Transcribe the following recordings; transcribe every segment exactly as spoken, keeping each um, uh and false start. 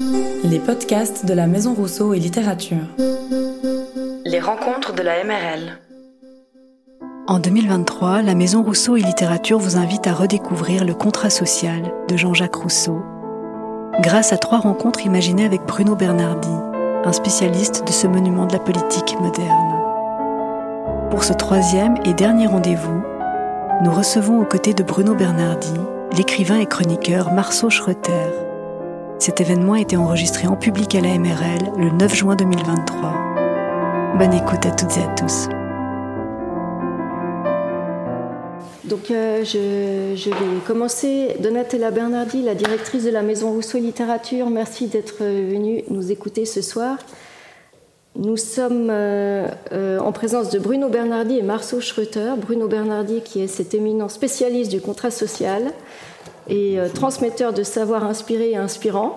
Les podcasts de la Maison Rousseau et Littérature. Les rencontres de la M R L. En deux mille vingt-trois, la Maison Rousseau et Littérature vous invite à redécouvrir Le contrat social de Jean-Jacques Rousseau, grâce à trois rencontres imaginées avec Bruno Bernardi, un spécialiste de ce monument de la politique moderne. Pour ce troisième et dernier rendez-vous, nous recevons aux côtés de Bruno Bernardi l'écrivain et chroniqueur Marceau Schroeter. Cet événement a été enregistré en public à la M R L le neuf juin deux mille vingt-trois. Bonne écoute à toutes et à tous. Donc euh, je, je vais commencer. Donatella Bernardi, la directrice de la Maison Rousseau Littérature, merci d'être venue nous écouter ce soir. Nous sommes euh, euh, en présence de Bruno Bernardi et Marceau Schroeter. Bruno Bernardi qui est cet éminent spécialiste du contrat social et euh, transmetteur de savoirs inspirés et inspirants,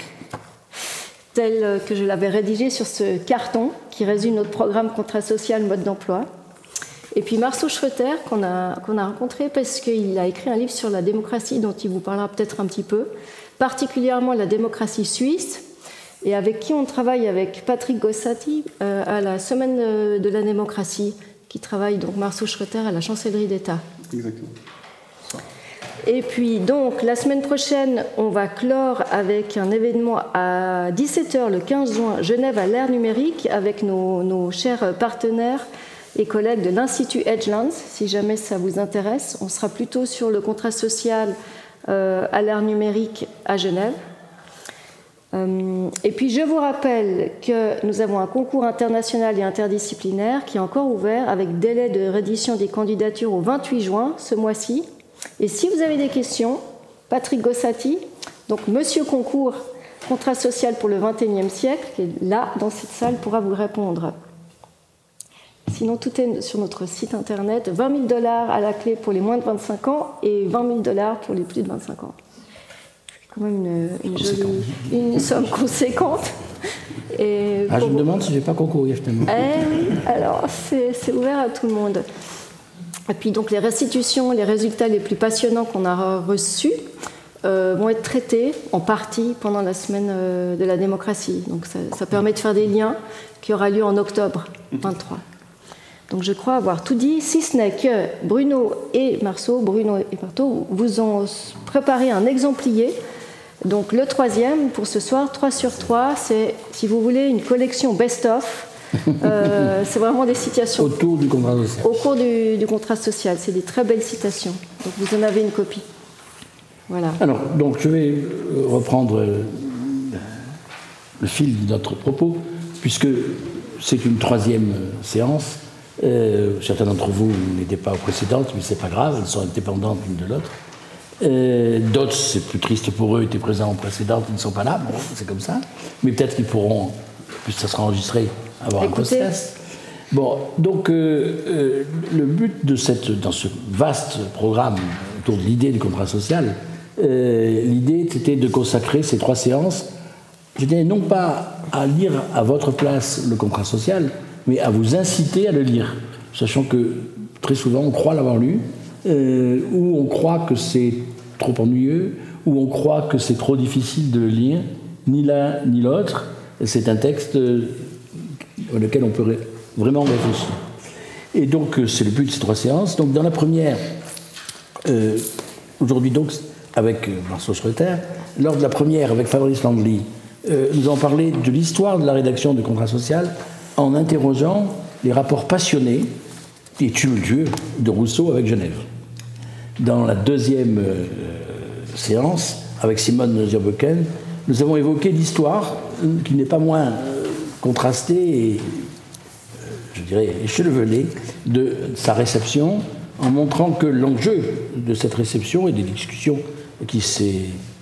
tel que je l'avais rédigé sur ce carton qui résume notre programme Contrat social, mode d'emploi. Et puis Marceau Schroeter, qu'on a, qu'on a rencontré parce qu'il a écrit un livre sur la démocratie dont il vous parlera peut-être un petit peu, particulièrement la démocratie suisse, et avec qui on travaille avec Patrick Gossati euh, à la Semaine de la démocratie, qui travaille donc Marceau Schroeter à la Chancellerie d'État. Exactement. Et puis donc la semaine prochaine, on va clore avec un événement à dix-sept heures le quinze juin, Genève à l'ère numérique, avec nos, nos chers partenaires et collègues de l'Institut Edgelands, si jamais ça vous intéresse. On sera plutôt sur le contrat social euh, à l'ère numérique à Genève. Euh, et puis je vous rappelle que nous avons un concours international et interdisciplinaire qui est encore ouvert avec délai de reddition des candidatures au vingt-huit juin, ce mois-ci. Et si vous avez des questions, Patrick Gossati, donc Monsieur Concours, contrat social pour le vingt et unième siècle, qui est là, dans cette salle, pourra vous répondre. Sinon, tout est sur notre site internet, vingt mille dollars à la clé pour les moins de vingt-cinq ans et vingt mille dollars pour les plus de vingt-cinq ans. C'est quand même une, une jolie une somme conséquente. Et ah, pour... Je me demande si je ne vais pas concourir finalement. Eh oui, alors c'est, c'est ouvert à tout le monde. Et puis donc les restitutions, les résultats les plus passionnants qu'on a reçus euh, vont être traités en partie pendant la semaine euh, de la démocratie. Donc ça, ça permet de faire des liens qui aura lieu en octobre vingt-trois. Donc je crois avoir tout dit, si ce n'est que Bruno et Marceau, Bruno et Marceau vous ont préparé un exemplier. Donc le troisième pour ce soir, trois sur trois, c'est, si vous voulez, une collection best-of. Euh, c'est vraiment des citations autour du contrat social. Au cours du, du contrat social, c'est des très belles citations. Donc vous en avez une copie. Voilà. Alors, donc je vais reprendre le fil de notre propos, puisque c'est une troisième séance. Euh, certains d'entre vous n'étaient pas aux précédentes, mais c'est pas grave, elles sont indépendantes l'une de l'autre. Euh, d'autres, c'est plus triste pour eux, étaient présents aux précédentes, ils ne sont pas là, bon, c'est comme ça. Mais peut-être qu'ils pourront, puisque ça sera enregistré, avoir Écoutez. un post-test. Bon, donc euh, euh, le but de cette, dans ce vaste programme autour de l'idée du contrat social, euh, l'idée c'était de consacrer ces trois séances, je dirais non pas à lire à votre place le contrat social, mais à vous inciter à le lire, sachant que très souvent on croit l'avoir lu, euh, ou on croit que c'est trop ennuyeux, ou on croit que c'est trop difficile de le lire, ni l'un ni l'autre. C'est un texte euh, auquel on peut vraiment réfléchir. Et donc c'est le but de ces trois séances. Donc dans la première, euh, aujourd'hui donc avec Marceau Schroeter, lors de la première avec Fabrice Langley, euh, nous avons parlé de l'histoire de la rédaction du contrat social en interrogeant les rapports passionnés et tumultueux de Rousseau avec Genève. Dans la deuxième euh, séance, avec Simone Zurbuchen, nous avons évoqué l'histoire qui n'est pas moins euh, contrastée et, euh, je dirais, échevelée de sa réception, en montrant que l'enjeu de cette réception et des discussions qui s'est,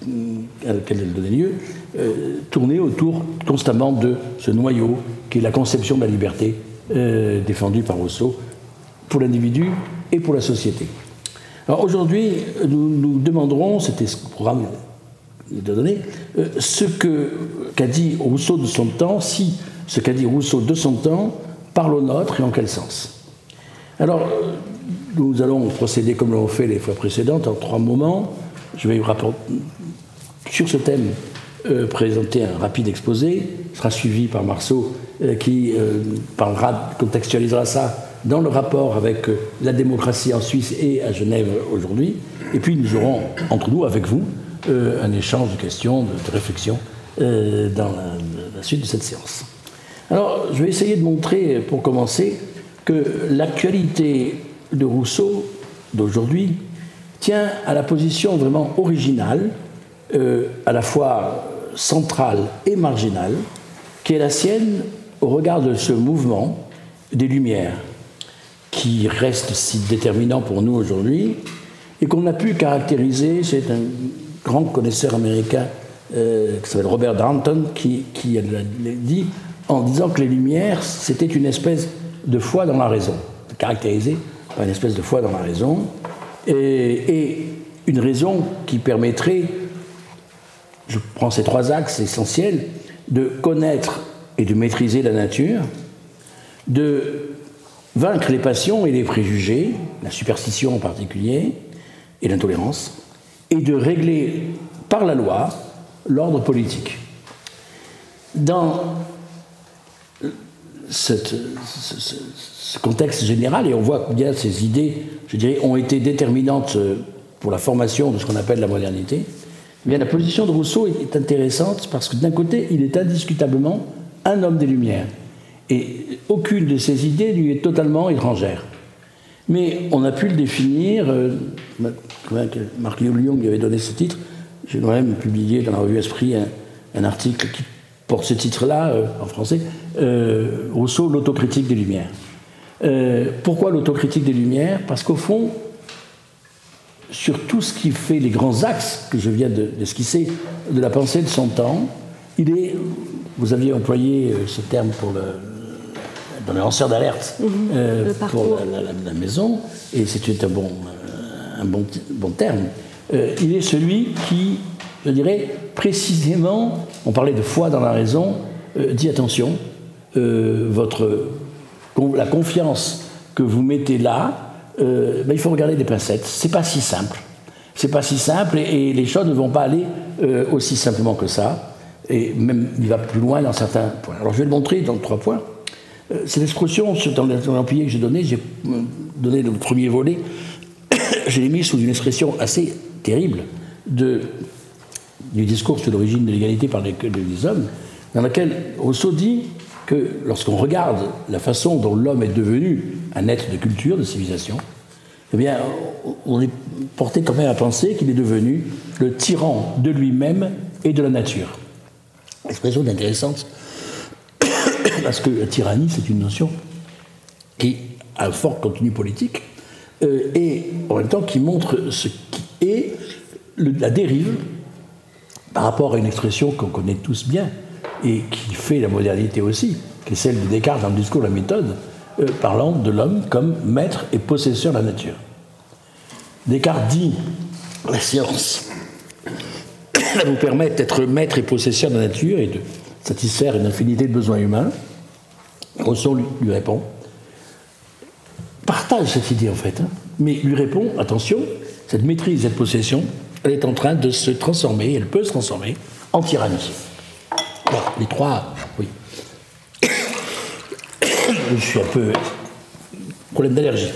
à laquelle elle donnait lieu, euh, tournait autour constamment de ce noyau qui est la conception de la liberté euh, défendue par Rousseau pour l'individu et pour la société. Alors aujourd'hui, nous nous demanderons, c'était ce programme de donner, euh, ce que, qu'a dit Rousseau de son temps, si ce qu'a dit Rousseau de son temps parle au nôtre et en quel sens. Alors, nous allons procéder comme l'ont fait les fois précédentes, en trois moments. Je vais rapporter sur ce thème euh, présenter un rapide exposé, sera suivi par Marceau, euh, qui euh, parlera, contextualisera ça dans le rapport avec euh, la démocratie en Suisse et à Genève aujourd'hui. Et puis nous aurons, entre nous, avec vous, euh, un échange de questions, de, de réflexions euh, dans la, la suite de cette séance. Alors, je vais essayer de montrer, pour commencer, que l'actualité de Rousseau d'aujourd'hui tient à la position vraiment originale, euh, à la fois centrale et marginale, qui est la sienne au regard de ce mouvement des Lumières, qui reste si déterminant pour nous aujourd'hui, et qu'on a pu caractériser, c'est un grand connaisseur américain euh, qui s'appelle Robert Darnton, qui, qui l'a dit en disant que les Lumières, c'était une espèce de foi dans la raison, caractérisée par une espèce de foi dans la raison, et, et une raison qui permettrait, je prends ces trois axes essentiels, de connaître et de maîtriser la nature, de vaincre les passions et les préjugés, la superstition en particulier, et l'intolérance, et de régler par la loi l'ordre politique. Dans cette, ce, ce contexte général, et on voit bien ces idées, je dirais, ont été déterminantes pour la formation de ce qu'on appelle la modernité, eh bien, la position de Rousseau est intéressante parce que d'un côté, il est indiscutablement un homme des Lumières. Et aucune de ses idées lui est totalement étrangère. Mais on a pu le définir, euh, Marc Young lui avait donné ce titre, j'ai moi-même publié dans la revue Esprit un, un article qui porte ce titre-là, euh, en français, euh, Rousseau, l'autocritique des Lumières. Euh, pourquoi l'autocritique des Lumières ? Parce qu'au fond, sur tout ce qui fait les grands axes que je viens d'esquisser de la pensée de son temps, il est, vous aviez employé ce terme pour le, dans le lanceur d'alerte, mmh, euh, pour la, la, la maison, et c'est un bon, un bon, bon terme. Euh, il est celui qui, je dirais, précisément, on parlait de foi dans la raison, euh, dit attention, euh, votre, la confiance que vous mettez là, Euh, ben, il faut regarder des pincettes. C'est pas si simple. C'est pas si simple et, et les choses ne vont pas aller euh, aussi simplement que ça. Et même, il va plus loin dans certains points. Alors, je vais le montrer dans trois points. Euh, cette expression, dans l'empire que j'ai donné, j'ai donné le premier volet, je l'ai mis sous une expression assez terrible de, du discours sur l'origine de l'égalité par les, les hommes, dans laquelle Rousseau dit que lorsqu'on regarde la façon dont l'homme est devenu un être de culture, de civilisation, eh bien, on est porté quand même à penser qu'il est devenu le tyran de lui-même et de la nature. L'expression est intéressante parce que la tyrannie, c'est une notion qui a un fort contenu politique euh, et en même temps qui montre ce qui est le, la dérive par rapport à une expression qu'on connaît tous bien, et qui fait la modernité aussi, qui est celle de Descartes dans le discours de la méthode, euh, parlant de l'homme comme maître et possesseur de la nature. Descartes dit « La science va vous permettre d'être maître et possesseur de la nature et de satisfaire une infinité de besoins humains. » Rousseau lui, lui répond, partage cette idée en fait, hein, mais lui répond « Attention, cette maîtrise, cette possession, elle est en train de se transformer, elle peut se transformer en tyrannie. » Bon, les trois, oui. Je suis un peu... problème d'allergie.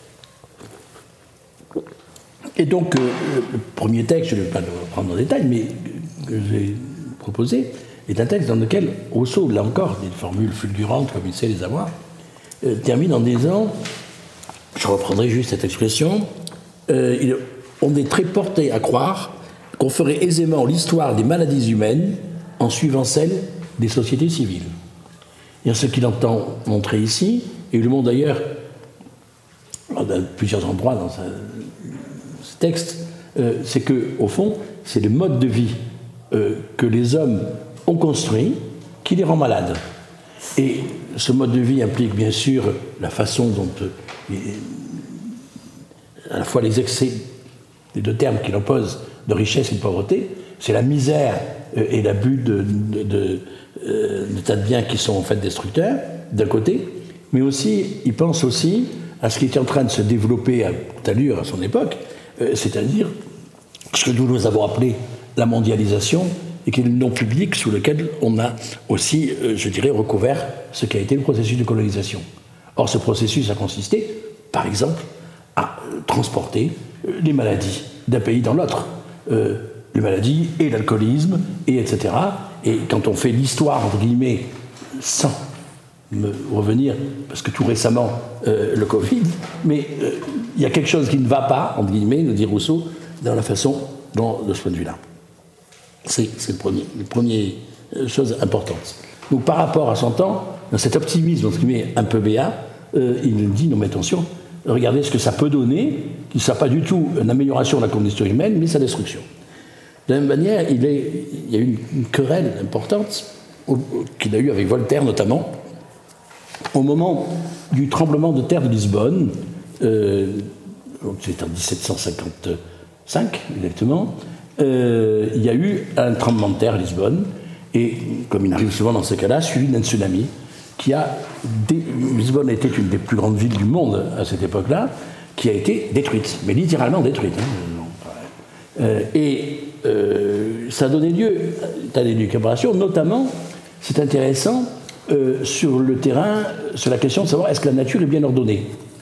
Et donc, euh, le premier texte, je ne vais pas le prendre en détail, mais que j'ai proposé, est un texte dans lequel Rousseau, là encore, des formules fulgurantes, comme il sait les avoir, euh, termine en disant, je reprendrai juste cette expression, euh, il, on est très porté à croire qu'on ferait aisément l'histoire des maladies humaines en suivant celle des sociétés civiles. Et ce qu'il entend montrer ici, et il le montre d'ailleurs dans plusieurs endroits dans ce texte, euh, c'est qu'au fond, c'est le mode de vie euh, que les hommes ont construit qui les rend malades. Et ce mode de vie implique bien sûr la façon dont, euh, à la fois les excès, les deux termes qu'il oppose, de richesse et de pauvreté, c'est la misère et l'abus de, de, de, euh, de tas de biens qui sont en fait destructeurs, d'un côté, mais aussi, il pense aussi à ce qui était en train de se développer à toute allure à son époque, euh, c'est-à-dire ce que nous, nous avons appelé la mondialisation et qui est le nom public sous lequel on a aussi, euh, je dirais, recouvert ce qui a été le processus de colonisation. Or, ce processus a consisté, par exemple, à transporter les maladies d'un pays dans l'autre. Euh, les maladies et l'alcoolisme, et etc. Et quand on fait l'histoire, entre guillemets, sans me revenir, parce que tout récemment, euh, le Covid, mais euh, il y a quelque chose qui ne va pas, entre guillemets, nous dit Rousseau, dans la façon dont, de ce point de vue-là. C'est, c'est le premier, le premier euh, chose importante. Donc par rapport à son temps, dans cet optimisme, entre guillemets, un peu béat, euh, il nous dit, non mais attention, regardez ce que ça peut donner, qui ne sera pas du tout une amélioration de la condition humaine, mais sa destruction. De la même manière, il, est, il y a eu une, une querelle importante qu'il a eue avec Voltaire notamment, au moment du tremblement de terre de Lisbonne, euh, c'est en dix-sept cent cinquante-cinq exactement, euh, il y a eu un tremblement de terre à Lisbonne, et comme il arrive souvent dans ces cas-là, suivi d'un tsunami, qui a... Dé... Lisbonne était une des plus grandes villes du monde à cette époque-là, qui a été détruite, mais littéralement détruite. Hein. Euh, et euh, ça a donné lieu à des élucubrations, notamment, c'est intéressant, euh, sur le terrain, sur la question de savoir est-ce que la nature est bien ordonnée.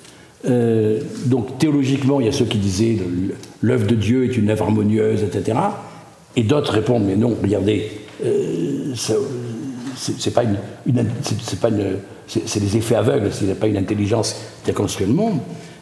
Euh, donc théologiquement, il y a ceux qui disaient l'œuvre de Dieu est une œuvre harmonieuse, et cetera. Et d'autres répondent mais non, regardez, euh, ça, c'est, c'est pas une, une c'est, c'est pas une, c'est, c'est des effets aveugles, c'est pas une intelligence qui a construit le monde,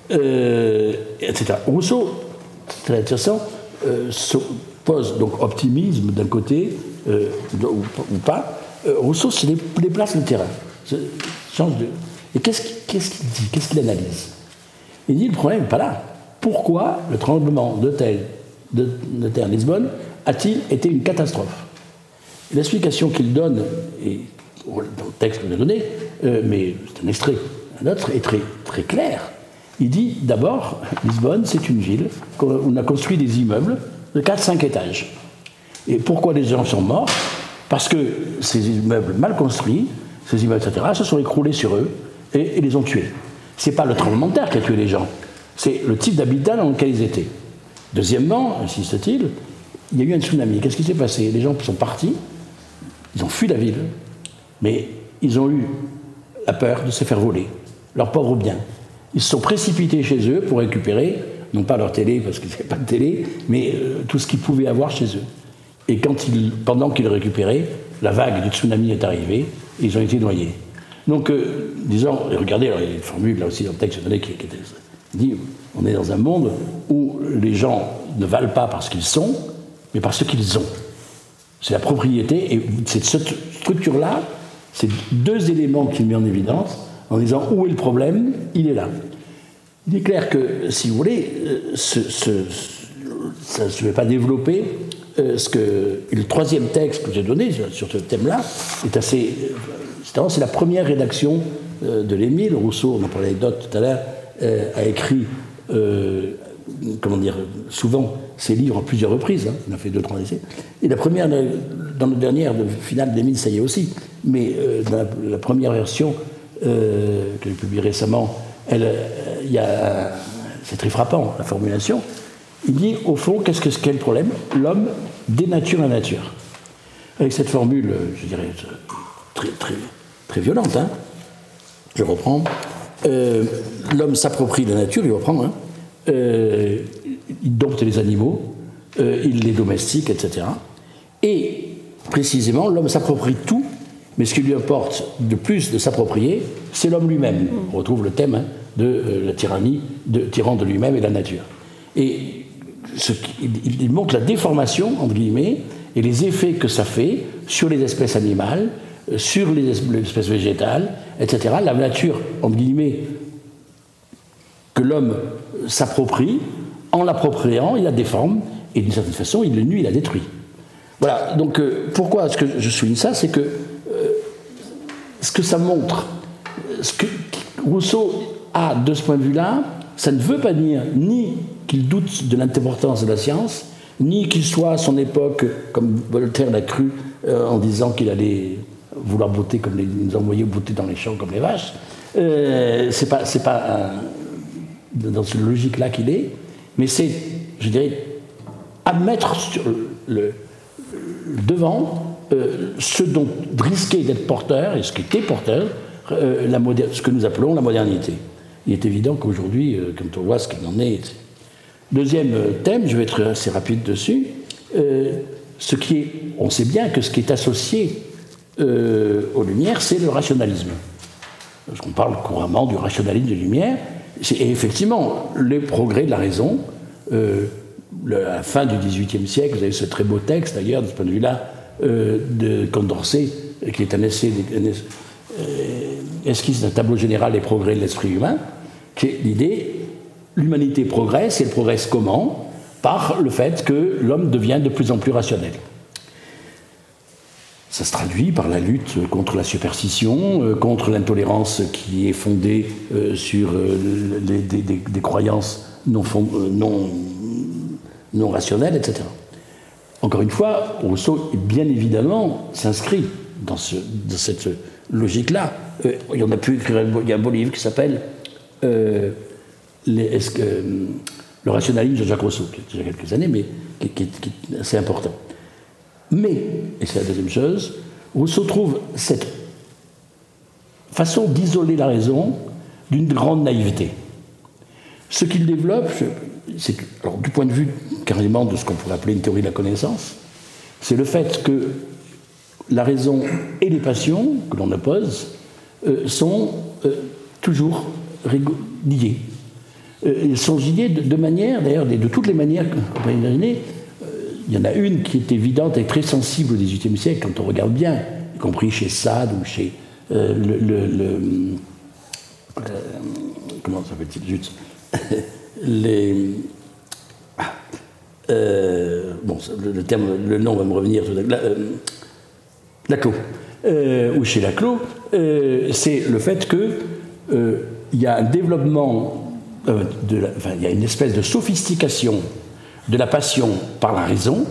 euh, et cetera. Rousseau, très intéressant, euh, pose donc optimisme d'un côté euh, ou, ou pas. Euh, Rousseau se déplace le terrain, se, change de. Et qu'est-ce, qu'est-ce qu'il dit, qu'est-ce qu'il analyse? Il dit le problème n'est pas là. Pourquoi le tremblement de terre de, de terre Lisbonne a-t-il été une catastrophe? L'explication qu'il donne, et dans le texte que je l'ai donné, euh, mais c'est un extrait, un autre est très, très clair. Il dit d'abord, Lisbonne, c'est une ville où on a construit des immeubles de quatre à cinq étages. Et pourquoi les gens sont morts? Parce que ces immeubles mal construits, ces immeubles, et cetera, se sont écroulés sur eux et, et les ont tués. Ce n'est pas le tremblement de terre qui a tué les gens, c'est le type d'habitat dans lequel ils étaient. Deuxièmement, insiste-t-il, il y a eu un tsunami. Qu'est-ce qui s'est passé? Les gens sont partis, ils ont fui la ville, mais ils ont eu la peur de se faire voler leurs pauvres biens. Ils se sont précipités chez eux pour récupérer, non pas leur télé, parce qu'ils n'avaient pas de télé, mais euh, tout ce qu'ils pouvaient avoir chez eux. Et quand ils, pendant qu'ils le récupéraient, la vague du tsunami est arrivée, et ils ont été noyés. Donc, euh, disons, et regardez, alors, il y a une formule là aussi dans le texte donné qui, qui dit on est dans un monde où les gens ne valent pas parce qu'ils sont, mais parce qu'ils ont. C'est la propriété, et c'est cette structure-là, c'est deux éléments qu'il met en évidence, en disant où est le problème, il est là. Il est clair que, si vous voulez, ce, ce, ça ne se fait pas développer. Euh, ce que, et le troisième texte que j'ai donné sur ce thème-là est assez. C'est, c'est la première rédaction euh, de l'Émile. Rousseau, on en parlait d'autres tout à l'heure, euh, a écrit, euh, comment dire, souvent ses livres en plusieurs reprises. Hein, il a fait deux, trois essais. Et la première, dans la dernière de finale de l'Émile, ça y est aussi. Mais euh, dans la, la première version euh, que j'ai publiée récemment, elle, il y a, c'est très frappant la formulation. Il dit, au fond, qu'est-ce que, qu'est le problème? L'homme dénature la nature. Avec cette formule, je dirais, très, très, très violente, hein, je reprends, euh, l'homme s'approprie la nature, il reprend, hein, euh, il dompte les animaux, euh, il les domestique, et cetera. Et, précisément, l'homme s'approprie tout, mais ce qui lui importe de plus de s'approprier, c'est l'homme lui-même. On retrouve le thème hein, de euh, la tyrannie, de, tyran de lui-même et la nature. Et ce qui, il, il montre la déformation, entre guillemets, et les effets que ça fait sur les espèces animales, sur les espèces végétales, et cetera. La nature, entre guillemets, que l'homme s'approprie, en l'appropriant, il la déforme, et d'une certaine façon, il le nuit, il la détruit. Voilà, donc euh, pourquoi est-ce que je souligne ça? C'est que euh, ce que ça montre, ce que Rousseau a de ce point de vue-là, ça ne veut pas dire ni qu'il doute de l'importance de la science, ni qu'il soit à son époque, comme Voltaire l'a cru, euh, en disant qu'il allait vouloir botter comme les, nous envoyer botter dans les champs comme les vaches. Euh, c'est pas, c'est pas un, dans cette logique-là qu'il est, mais c'est, je dirais, admettre sur le, devant euh, ce dont risquait d'être porteur, et ce qui était porteur, euh, la moder- ce que nous appelons la modernité. Il est évident qu'aujourd'hui, euh, quand on voit ce qu'il en est... Deuxième thème, je vais être assez rapide dessus, euh, ce qui est, on sait bien que ce qui est associé euh, aux Lumières, c'est le rationalisme. Parce qu'on parle couramment du rationalisme des Lumières, et effectivement, les progrès de la raison, euh, à la fin du dix-huitième siècle, vous avez ce très beau texte, d'ailleurs, de ce point de vue-là, euh, de Condorcet, qui est un essai, un essai euh, esquisse d'un tableau général des progrès de l'esprit humain, qui est l'idée, l'humanité progresse, et elle progresse comment ? Par le fait que l'homme devient de plus en plus rationnel. Ça se traduit par la lutte contre la superstition, euh, contre l'intolérance qui est fondée euh, sur euh, les, des, des, des croyances non, fond, euh, non, non rationnelles, et cetera. Encore une fois, Rousseau, bien évidemment, s'inscrit dans, ce, dans cette logique-là. Euh, il y en a pu écrire, il y a un beau livre qui s'appelle euh, les, est-ce que, euh, Le rationalisme de Jacques Rousseau, qui a déjà quelques années, mais qui, qui, qui est assez important. Mais, et c'est la deuxième chose, Rousseau trouve cette façon d'isoler la raison d'une grande naïveté. Ce qu'il développe, c'est que, alors, du point de vue carrément de ce qu'on pourrait appeler une théorie de la connaissance, c'est le fait que la raison et les passions que l'on oppose euh, sont euh, toujours liées. Euh, ils sont liés de, de manière, d'ailleurs, de, de toutes les manières qu'on peut imaginer. Il y en a une qui est évidente et très sensible au dix-huitième siècle, quand on regarde bien, y compris chez Sade ou chez euh, le... le, le euh, comment s'appelle-t-il juste les... Euh, bon, le, le, terme, le nom va me revenir. La, euh, Laclos. Euh, ou chez Laclos, euh, c'est le fait qu'il euh, y a un développement, euh, de la, enfin, il y a une espèce de sophistication de la passion par la raison,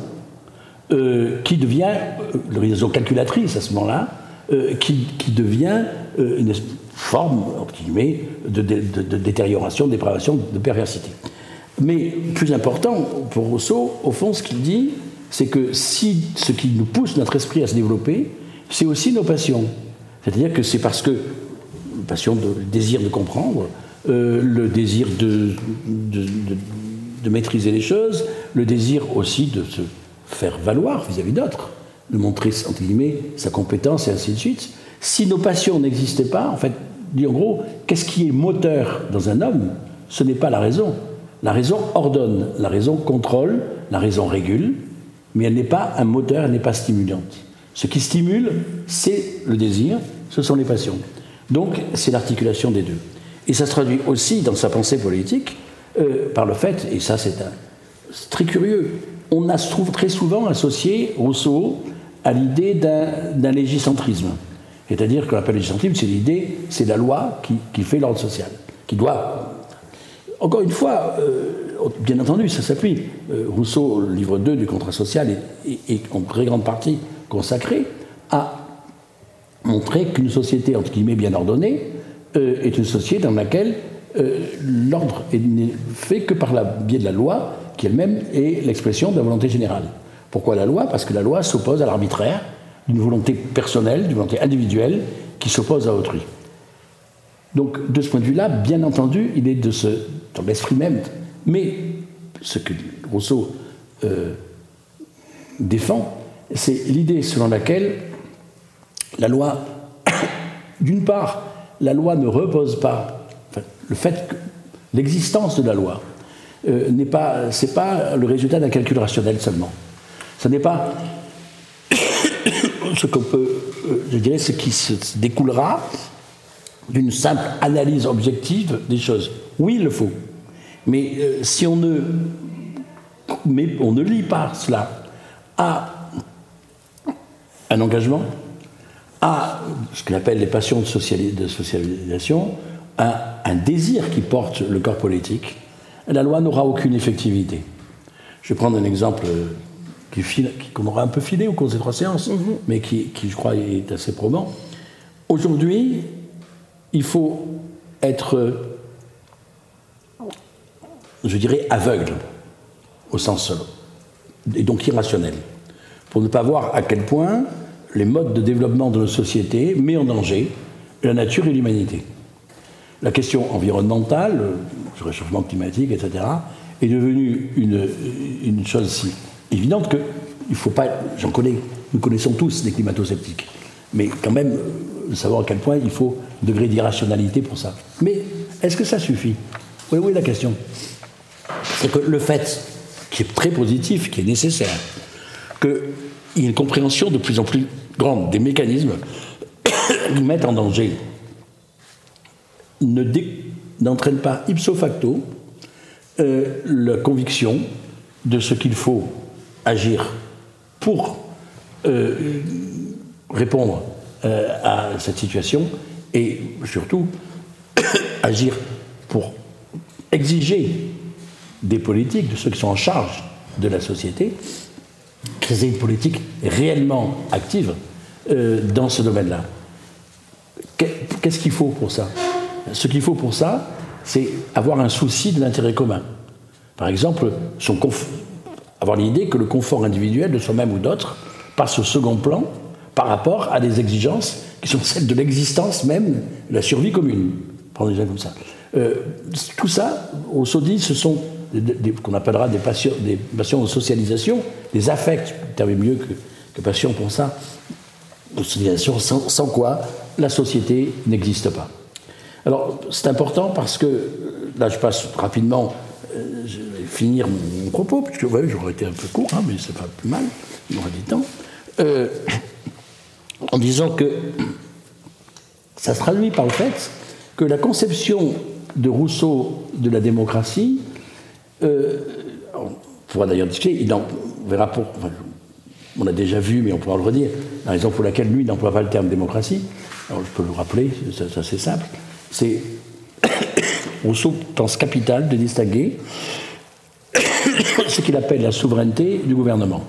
euh, qui devient, euh, la raison calculatrice à ce moment-là, euh, qui, qui devient euh, une forme, entre guillemets, de, de, de, de détérioration, de dépravation, de perversité. Mais plus important pour Rousseau, au fond, ce qu'il dit, c'est que si ce qui nous pousse notre esprit à se développer, c'est aussi nos passions. C'est-à-dire que c'est parce que, passion, de, le désir de comprendre, euh, le désir de, de, de de maîtriser les choses, le désir aussi de se faire valoir vis-à-vis d'autres, de montrer, entre guillemets, sa compétence et ainsi de suite. Si nos passions n'existaient pas, en fait, dit en gros, qu'est-ce qui est moteur dans un homme ? Ce n'est pas la raison. La raison ordonne, la raison contrôle, la raison régule, mais elle n'est pas un moteur, elle n'est pas stimulante. Ce qui stimule, c'est le désir, ce sont les passions. Donc, c'est l'articulation des deux. Et ça se traduit aussi dans sa pensée politique, Euh, par le fait, et ça c'est, un, c'est très curieux, on a trouve très souvent associé Rousseau à l'idée d'un, d'un légicentrisme. C'est-à-dire qu'on appelle légicentrisme, c'est l'idée, c'est la loi qui, qui fait l'ordre social, qui doit... Encore une fois, euh, bien entendu, ça s'appuie. Euh, Rousseau, le livre deux du contrat social, est, est, est en très grande partie consacré à montrer qu'une société, entre guillemets, bien ordonnée, euh, est une société dans laquelle Euh, l'ordre n'est fait que par le biais de la loi, qui elle-même est l'expression de la volonté générale. Pourquoi la loi ? Parce que la loi s'oppose à l'arbitraire, d'une volonté personnelle, d'une volonté individuelle, qui s'oppose à autrui. Donc, de ce point de vue-là, bien entendu, il est de ce, dans l'esprit même. Mais ce que Rousseau euh, défend, c'est l'idée selon laquelle la loi, d'une part, la loi ne repose pas. Le fait que l'existence de la loi euh, n'est pas, c'est pas le résultat d'un calcul rationnel seulement. Ce n'est pas ce qu'on peut, euh, je dirais, ce qui se découlera d'une simple analyse objective des choses. Oui, il le faut. Mais euh, si on ne, mais on ne lie pas cela à un engagement, à ce qu'on appelle les passions de, sociali- de socialisation, Un, un désir qui porte le corps politique, la loi n'aura aucune effectivité. Je vais prendre un exemple qui, file, qui, qu'on aura un peu filé au cours de ces trois séances, mm-hmm. mais qui, qui, je crois, est assez probant. Aujourd'hui, il faut être, je dirais, aveugle, au sens, et donc irrationnel, pour ne pas voir à quel point les modes de développement de nos sociétés mettent en danger la nature et l'humanité. La question environnementale, le réchauffement climatique, et cetera, est devenue une, une chose si évidente que il faut pas, j'en connais, nous connaissons tous des climato-sceptiques, mais quand même, de savoir à quel point il faut un degré d'irrationalité pour ça. Mais est-ce que ça suffit ? Oui, oui, la question. C'est que le fait, qui est très positif, qui est nécessaire, qu'il y ait une compréhension de plus en plus grande des mécanismes qui mettent en danger ne dé, n'entraîne pas ipso facto euh, la conviction de ce qu'il faut agir pour euh, répondre euh, à cette situation et surtout agir pour exiger des politiques, de ceux qui sont en charge de la société, créer une politique réellement active euh, dans ce domaine-là. Qu'est-ce qu'il faut pour ça ? Ce qu'il faut pour ça, c'est avoir un souci de l'intérêt commun. Par exemple, son conf... avoir l'idée que le confort individuel de soi-même ou d'autres passe au second plan par rapport à des exigences qui sont celles de l'existence même, de la survie commune. Prendre des gens comme ça. Euh, tout ça, Rousseau dit, ce sont des, des, qu'on appellera des passions, des passions de socialisation, des affects, le terme est mieux que, que passion pour ça, de socialisation, sans, sans quoi la société n'existe pas. Alors, c'est important parce que, là je passe rapidement, euh, je vais finir mon, mon propos, puisque ouais, j'aurais été un peu court, hein, mais c'est pas plus mal, il m'aurait du temps, euh, en disant que ça se traduit par le fait que la conception de Rousseau de la démocratie, euh, on pourra d'ailleurs discuter, il en, on verra pour, enfin, on l'a déjà vu, mais on pourra le redire, la raison pour laquelle lui n'emploie pas le terme démocratie, alors je peux le rappeler, c'est assez simple, c'est Rousseau pense capital de distinguer ce qu'il appelle la souveraineté du gouvernement.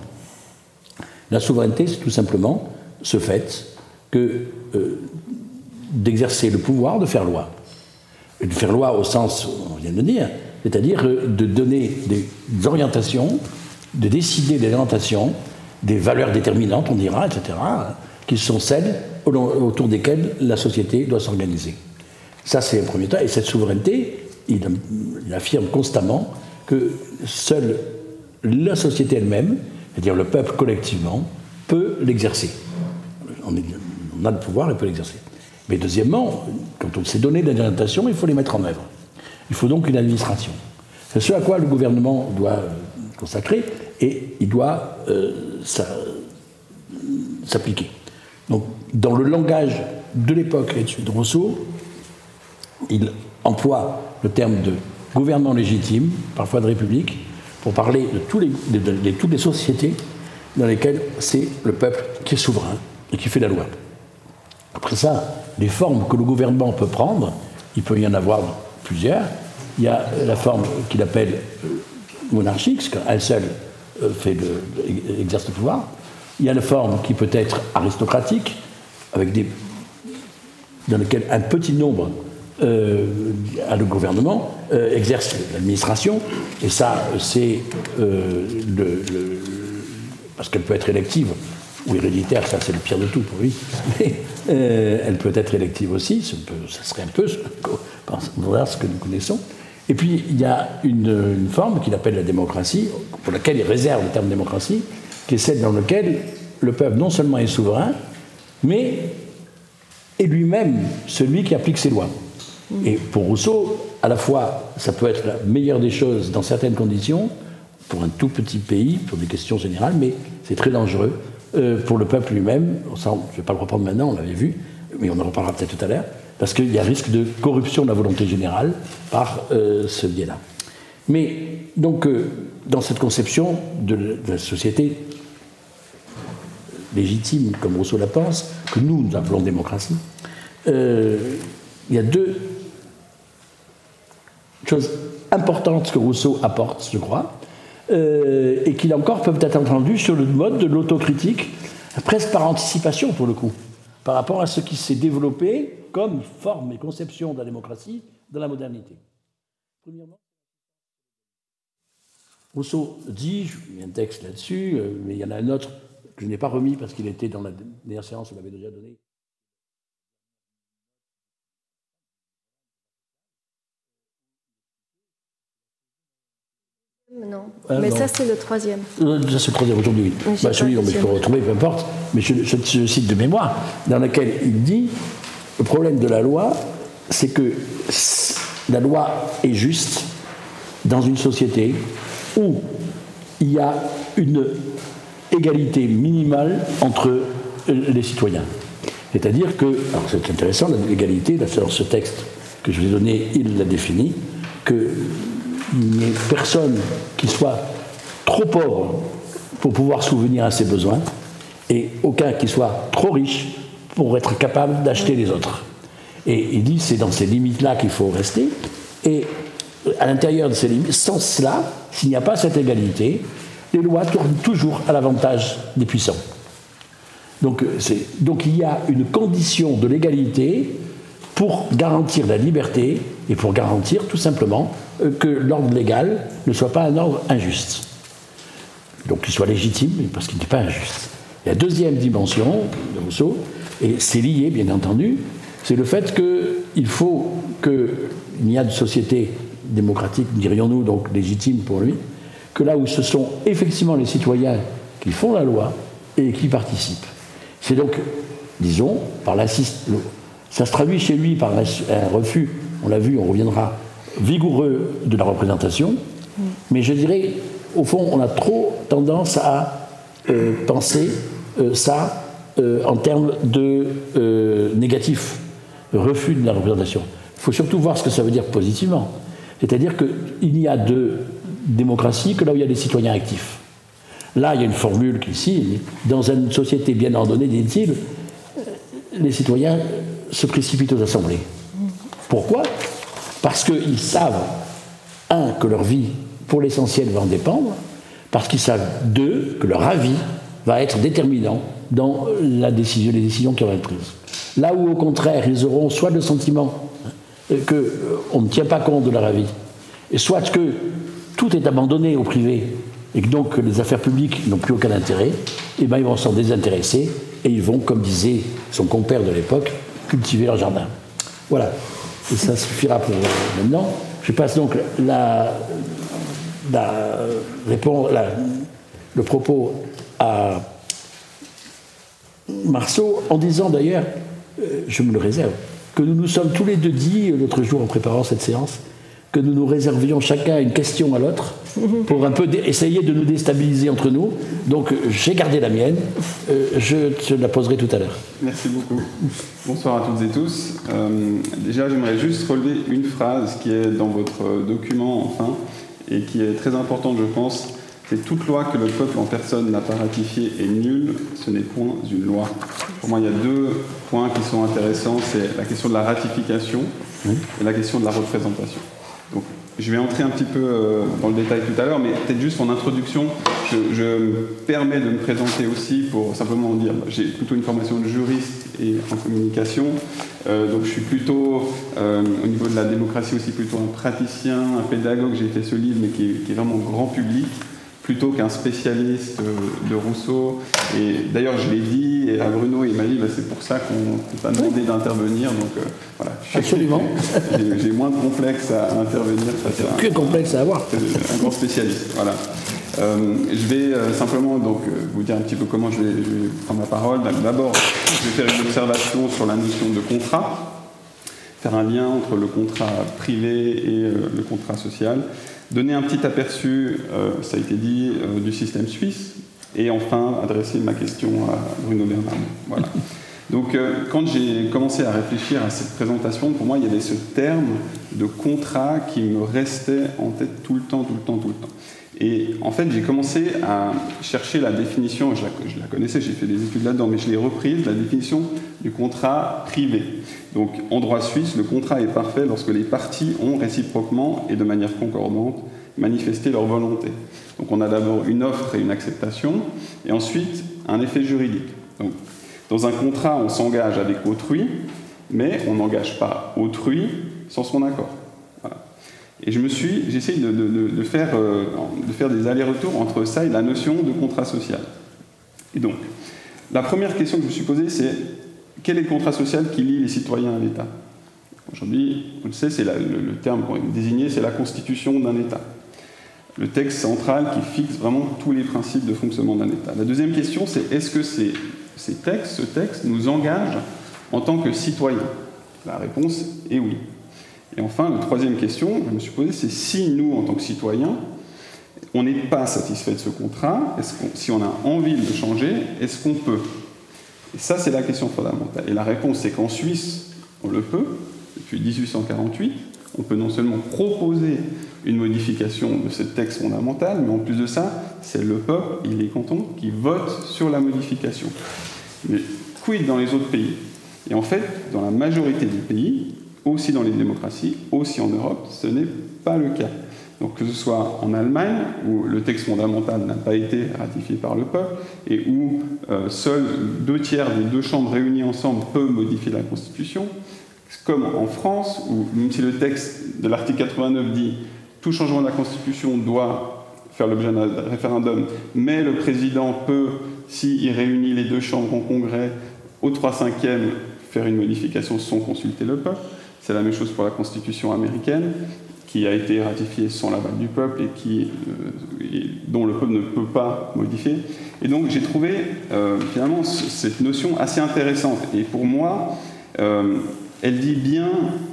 La souveraineté, c'est tout simplement ce fait que euh, d'exercer le pouvoir de faire loi. Et de faire loi au sens, on vient de le dire, c'est-à-dire de donner des orientations, de décider des orientations, des valeurs déterminantes, on dira, et cetera, qui sont celles autour desquelles la société doit s'organiser. Ça, c'est un premier temps. Et cette souveraineté, il, il affirme constamment que seule la société elle-même, c'est-à-dire le peuple collectivement, peut l'exercer. On, est, on a le pouvoir et peut l'exercer. Mais deuxièmement, quand on s'est donné des orientations, il faut les mettre en œuvre. Il faut donc une administration. C'est ce à quoi le gouvernement doit consacrer et il doit euh, ça, s'appliquer. Donc, dans le langage de l'époque et de Rousseau, il emploie le terme de gouvernement légitime, parfois de république, pour parler de, tous les, de, de, de toutes les sociétés dans lesquelles c'est le peuple qui est souverain et qui fait la loi. Après ça, les formes que le gouvernement peut prendre, il peut y en avoir plusieurs. Il y a la forme qu'il appelle monarchique, parce qu'elle seule fait le, exerce le pouvoir. Il y a la forme qui peut être aristocratique, avec des, dans laquelle un petit nombre euh, à le gouvernement euh, exerce l'administration, et ça, c'est euh, le, le, parce qu'elle peut être élective ou héréditaire, ça c'est le pire de tout pour lui, mais euh, elle peut être élective aussi, ça, peut, ça serait un peu ce que nous connaissons. Et puis il y a une, une forme qu'il appelle la démocratie, pour laquelle il réserve le terme démocratie, qui est celle dans laquelle le peuple non seulement est souverain, mais est lui-même celui qui applique ses lois. Et pour Rousseau, à la fois, ça peut être la meilleure des choses dans certaines conditions, pour un tout petit pays, pour des questions générales, mais c'est très dangereux euh, pour le peuple lui-même. Ça, je ne vais pas le reprendre maintenant, on l'avait vu, mais on en reparlera peut-être tout à l'heure, parce qu'il y a risque de corruption de la volonté générale par euh, ce biais-là. Mais donc, euh, dans cette conception de, de la société légitime, comme Rousseau la pense, que nous, nous appelons démocratie, euh, il y a deux choses importantes que Rousseau apporte, je crois, euh, et qui, là encore, peuvent être entendues sur le mode de l'autocritique, presque par anticipation, pour le coup, par rapport à ce qui s'est développé comme forme et conception de la démocratie dans la modernité. Premièrement, Rousseau dit, il y a un texte là-dessus, mais il y en a un autre que je n'ai pas remis parce qu'il était dans la dernière séance, on l'avait déjà donné. Non, ah, mais non. ça c'est le troisième. Euh, ça c'est le troisième aujourd'hui. Oui. Bah, celui-là, je peux retrouver, peu importe. Mais je, je, je cite de mémoire, dans lequel il dit le problème de la loi, c'est que la loi est juste dans une société où il y a une égalité minimale entre les citoyens. C'est-à-dire que, alors c'est intéressant, l'égalité, dans ce texte que je vous ai donné, il l'a défini, qu'il n'y ait personne qui soit trop pauvre pour pouvoir subvenir à ses besoins et aucun qui soit trop riche pour être capable d'acheter les autres. Et il dit c'est dans ces limites-là qu'il faut rester. Et à l'intérieur de ces limites, sans cela, s'il n'y a pas cette égalité, les lois tournent toujours à l'avantage des puissants. Donc, c'est, donc il y a une condition de l'égalité pour garantir la liberté et pour garantir tout simplement que l'ordre légal ne soit pas un ordre injuste. Donc qu'il soit légitime, parce qu'il n'est pas injuste. La deuxième dimension de Rousseau, et c'est lié bien entendu, c'est le fait qu'il faut qu'il n'y ait de société démocratique, dirions-nous, donc légitime pour lui, que là où ce sont effectivement les citoyens qui font la loi et qui participent. C'est donc, disons, par l'insistance, ça se traduit chez lui par un refus, on l'a vu, on reviendra, vigoureux de la représentation, mais je dirais, au fond, on a trop tendance à euh, penser euh, ça euh, en termes de euh, négatif, refus de la représentation. Il faut surtout voir ce que ça veut dire positivement. C'est-à-dire qu'il n'y a de démocratie que là où il y a des citoyens actifs. Là, il y a une formule qui, ici, dans une société bien ordonnée, dit-il, les citoyens se précipitent aux assemblées. Pourquoi ? Parce qu'ils savent, un, que leur vie, pour l'essentiel, va en dépendre, parce qu'ils savent, deux, que leur avis va être déterminant dans la décision, les décisions qui vont être prises. Là où, au contraire, ils auront soit le sentiment qu'on ne tient pas compte de leur avis, et soit que tout est abandonné au privé, et que donc les affaires publiques n'ont plus aucun intérêt, et bien ils vont s'en désintéresser, et ils vont, comme disait son compère de l'époque, cultiver leur jardin. Voilà. Et ça suffira pour maintenant. Je passe donc la, la, répondre, la, le propos à Marceau, en disant d'ailleurs, je me le réserve, que nous nous sommes tous les deux dit, l'autre jour en préparant cette séance, que nous nous réservions chacun une question à l'autre pour un peu essayer de nous déstabiliser entre nous. Donc j'ai gardé la mienne, euh, je te la poserai tout à l'heure. Merci beaucoup. Bonsoir à toutes et tous. Euh, déjà, j'aimerais juste relever une phrase qui est dans votre document, enfin, et qui est très importante, je pense. C'est « Toute loi que le peuple en personne n'a pas ratifiée est nulle, ce n'est point une loi ». Pour moi, il y a deux points qui sont intéressants, c'est la question de la ratification oui. et la question de la représentation. Donc, je vais entrer un petit peu dans le détail tout à l'heure, mais peut-être juste en introduction, je, je me permets de me présenter aussi pour simplement dire, j'ai plutôt une formation de juriste et en communication, euh, donc je suis plutôt, euh, au niveau de la démocratie aussi, plutôt un praticien, un pédagogue, j'ai fait ce livre, mais qui est, qui est vraiment grand public, plutôt qu'un spécialiste de Rousseau. Et d'ailleurs, je l'ai dit, et à Bruno, il m'a dit, bah, c'est pour ça qu'on t'a demandé d'intervenir. Donc euh, voilà. Absolument. J'ai, j'ai moins de complexe à, à intervenir. Ça, c'est que complexe à avoir. Un grand spécialiste. Voilà. Euh, je vais euh, simplement donc, euh, vous dire un petit peu comment je vais, je vais prendre la parole. D'abord, je vais faire une observation sur la notion de contrat, faire un lien entre le contrat privé et euh, le contrat social. Donner un petit aperçu, euh, ça a été dit, euh, du système suisse, et enfin adresser ma question à Bruno Bernard. Voilà. Donc, euh, quand j'ai commencé à réfléchir à cette présentation, pour moi, il y avait ce terme de contrat qui me restait en tête tout le temps, tout le temps, tout le temps. Et en fait, j'ai commencé à chercher la définition, je la, je la connaissais, j'ai fait des études là-dedans, mais je l'ai reprise, la définition du contrat privé. Donc, en droit suisse, le contrat est parfait lorsque les parties ont réciproquement et de manière concordante manifesté leur volonté. Donc, on a d'abord une offre et une acceptation, et ensuite un effet juridique. Donc, dans un contrat, on s'engage avec autrui, mais on n'engage pas autrui sans son accord. Voilà. Et je me suis, j'ai essayé de, de, de, faire, euh, de faire des allers-retours entre ça et la notion de contrat social. Et donc, la première question que je me suis posée, c'est quel est le contrat social qui lie les citoyens à l'État ? Aujourd'hui, on le sait, c'est la, le, le terme qu'on a désigné, c'est la constitution d'un État. Le texte central qui fixe vraiment tous les principes de fonctionnement d'un État. La deuxième question, c'est est-ce que ces, ces textes, ce texte nous engage en tant que citoyens ? La réponse est oui. Et enfin, la troisième question que je me suis posée, c'est si nous, en tant que citoyens, on n'est pas satisfait de ce contrat, est-ce qu'on, si on a envie de le changer, est-ce qu'on peut ? Et ça, c'est la question fondamentale. Et la réponse, c'est qu'en Suisse, on le peut. Depuis dix-huit cent quarante-huit, on peut non seulement proposer une modification de ce texte fondamental, mais en plus de ça, c'est le peuple et les cantons qui votent sur la modification. Mais quid dans les autres pays ? Et en fait, dans la majorité des pays, aussi dans les démocraties, aussi en Europe, ce n'est pas le cas. Donc que ce soit en Allemagne, où le texte fondamental n'a pas été ratifié par le peuple, et où euh, seuls deux tiers des deux chambres réunies ensemble peuvent modifier la Constitution, comme en France, où même si le texte de l'article quatre-vingt-neuf dit « tout changement de la Constitution doit faire l'objet d'un référendum, mais le président peut, s'il réunit les deux chambres en congrès, au trois cinquièmes, faire une modification sans consulter le peuple ». C'est la même chose pour la Constitution américaine, qui a été ratifiée sans l'aval du peuple et, qui, euh, et dont le peuple ne peut pas modifier. Et donc j'ai trouvé euh, finalement cette notion assez intéressante. Et pour moi, euh, elle dit bien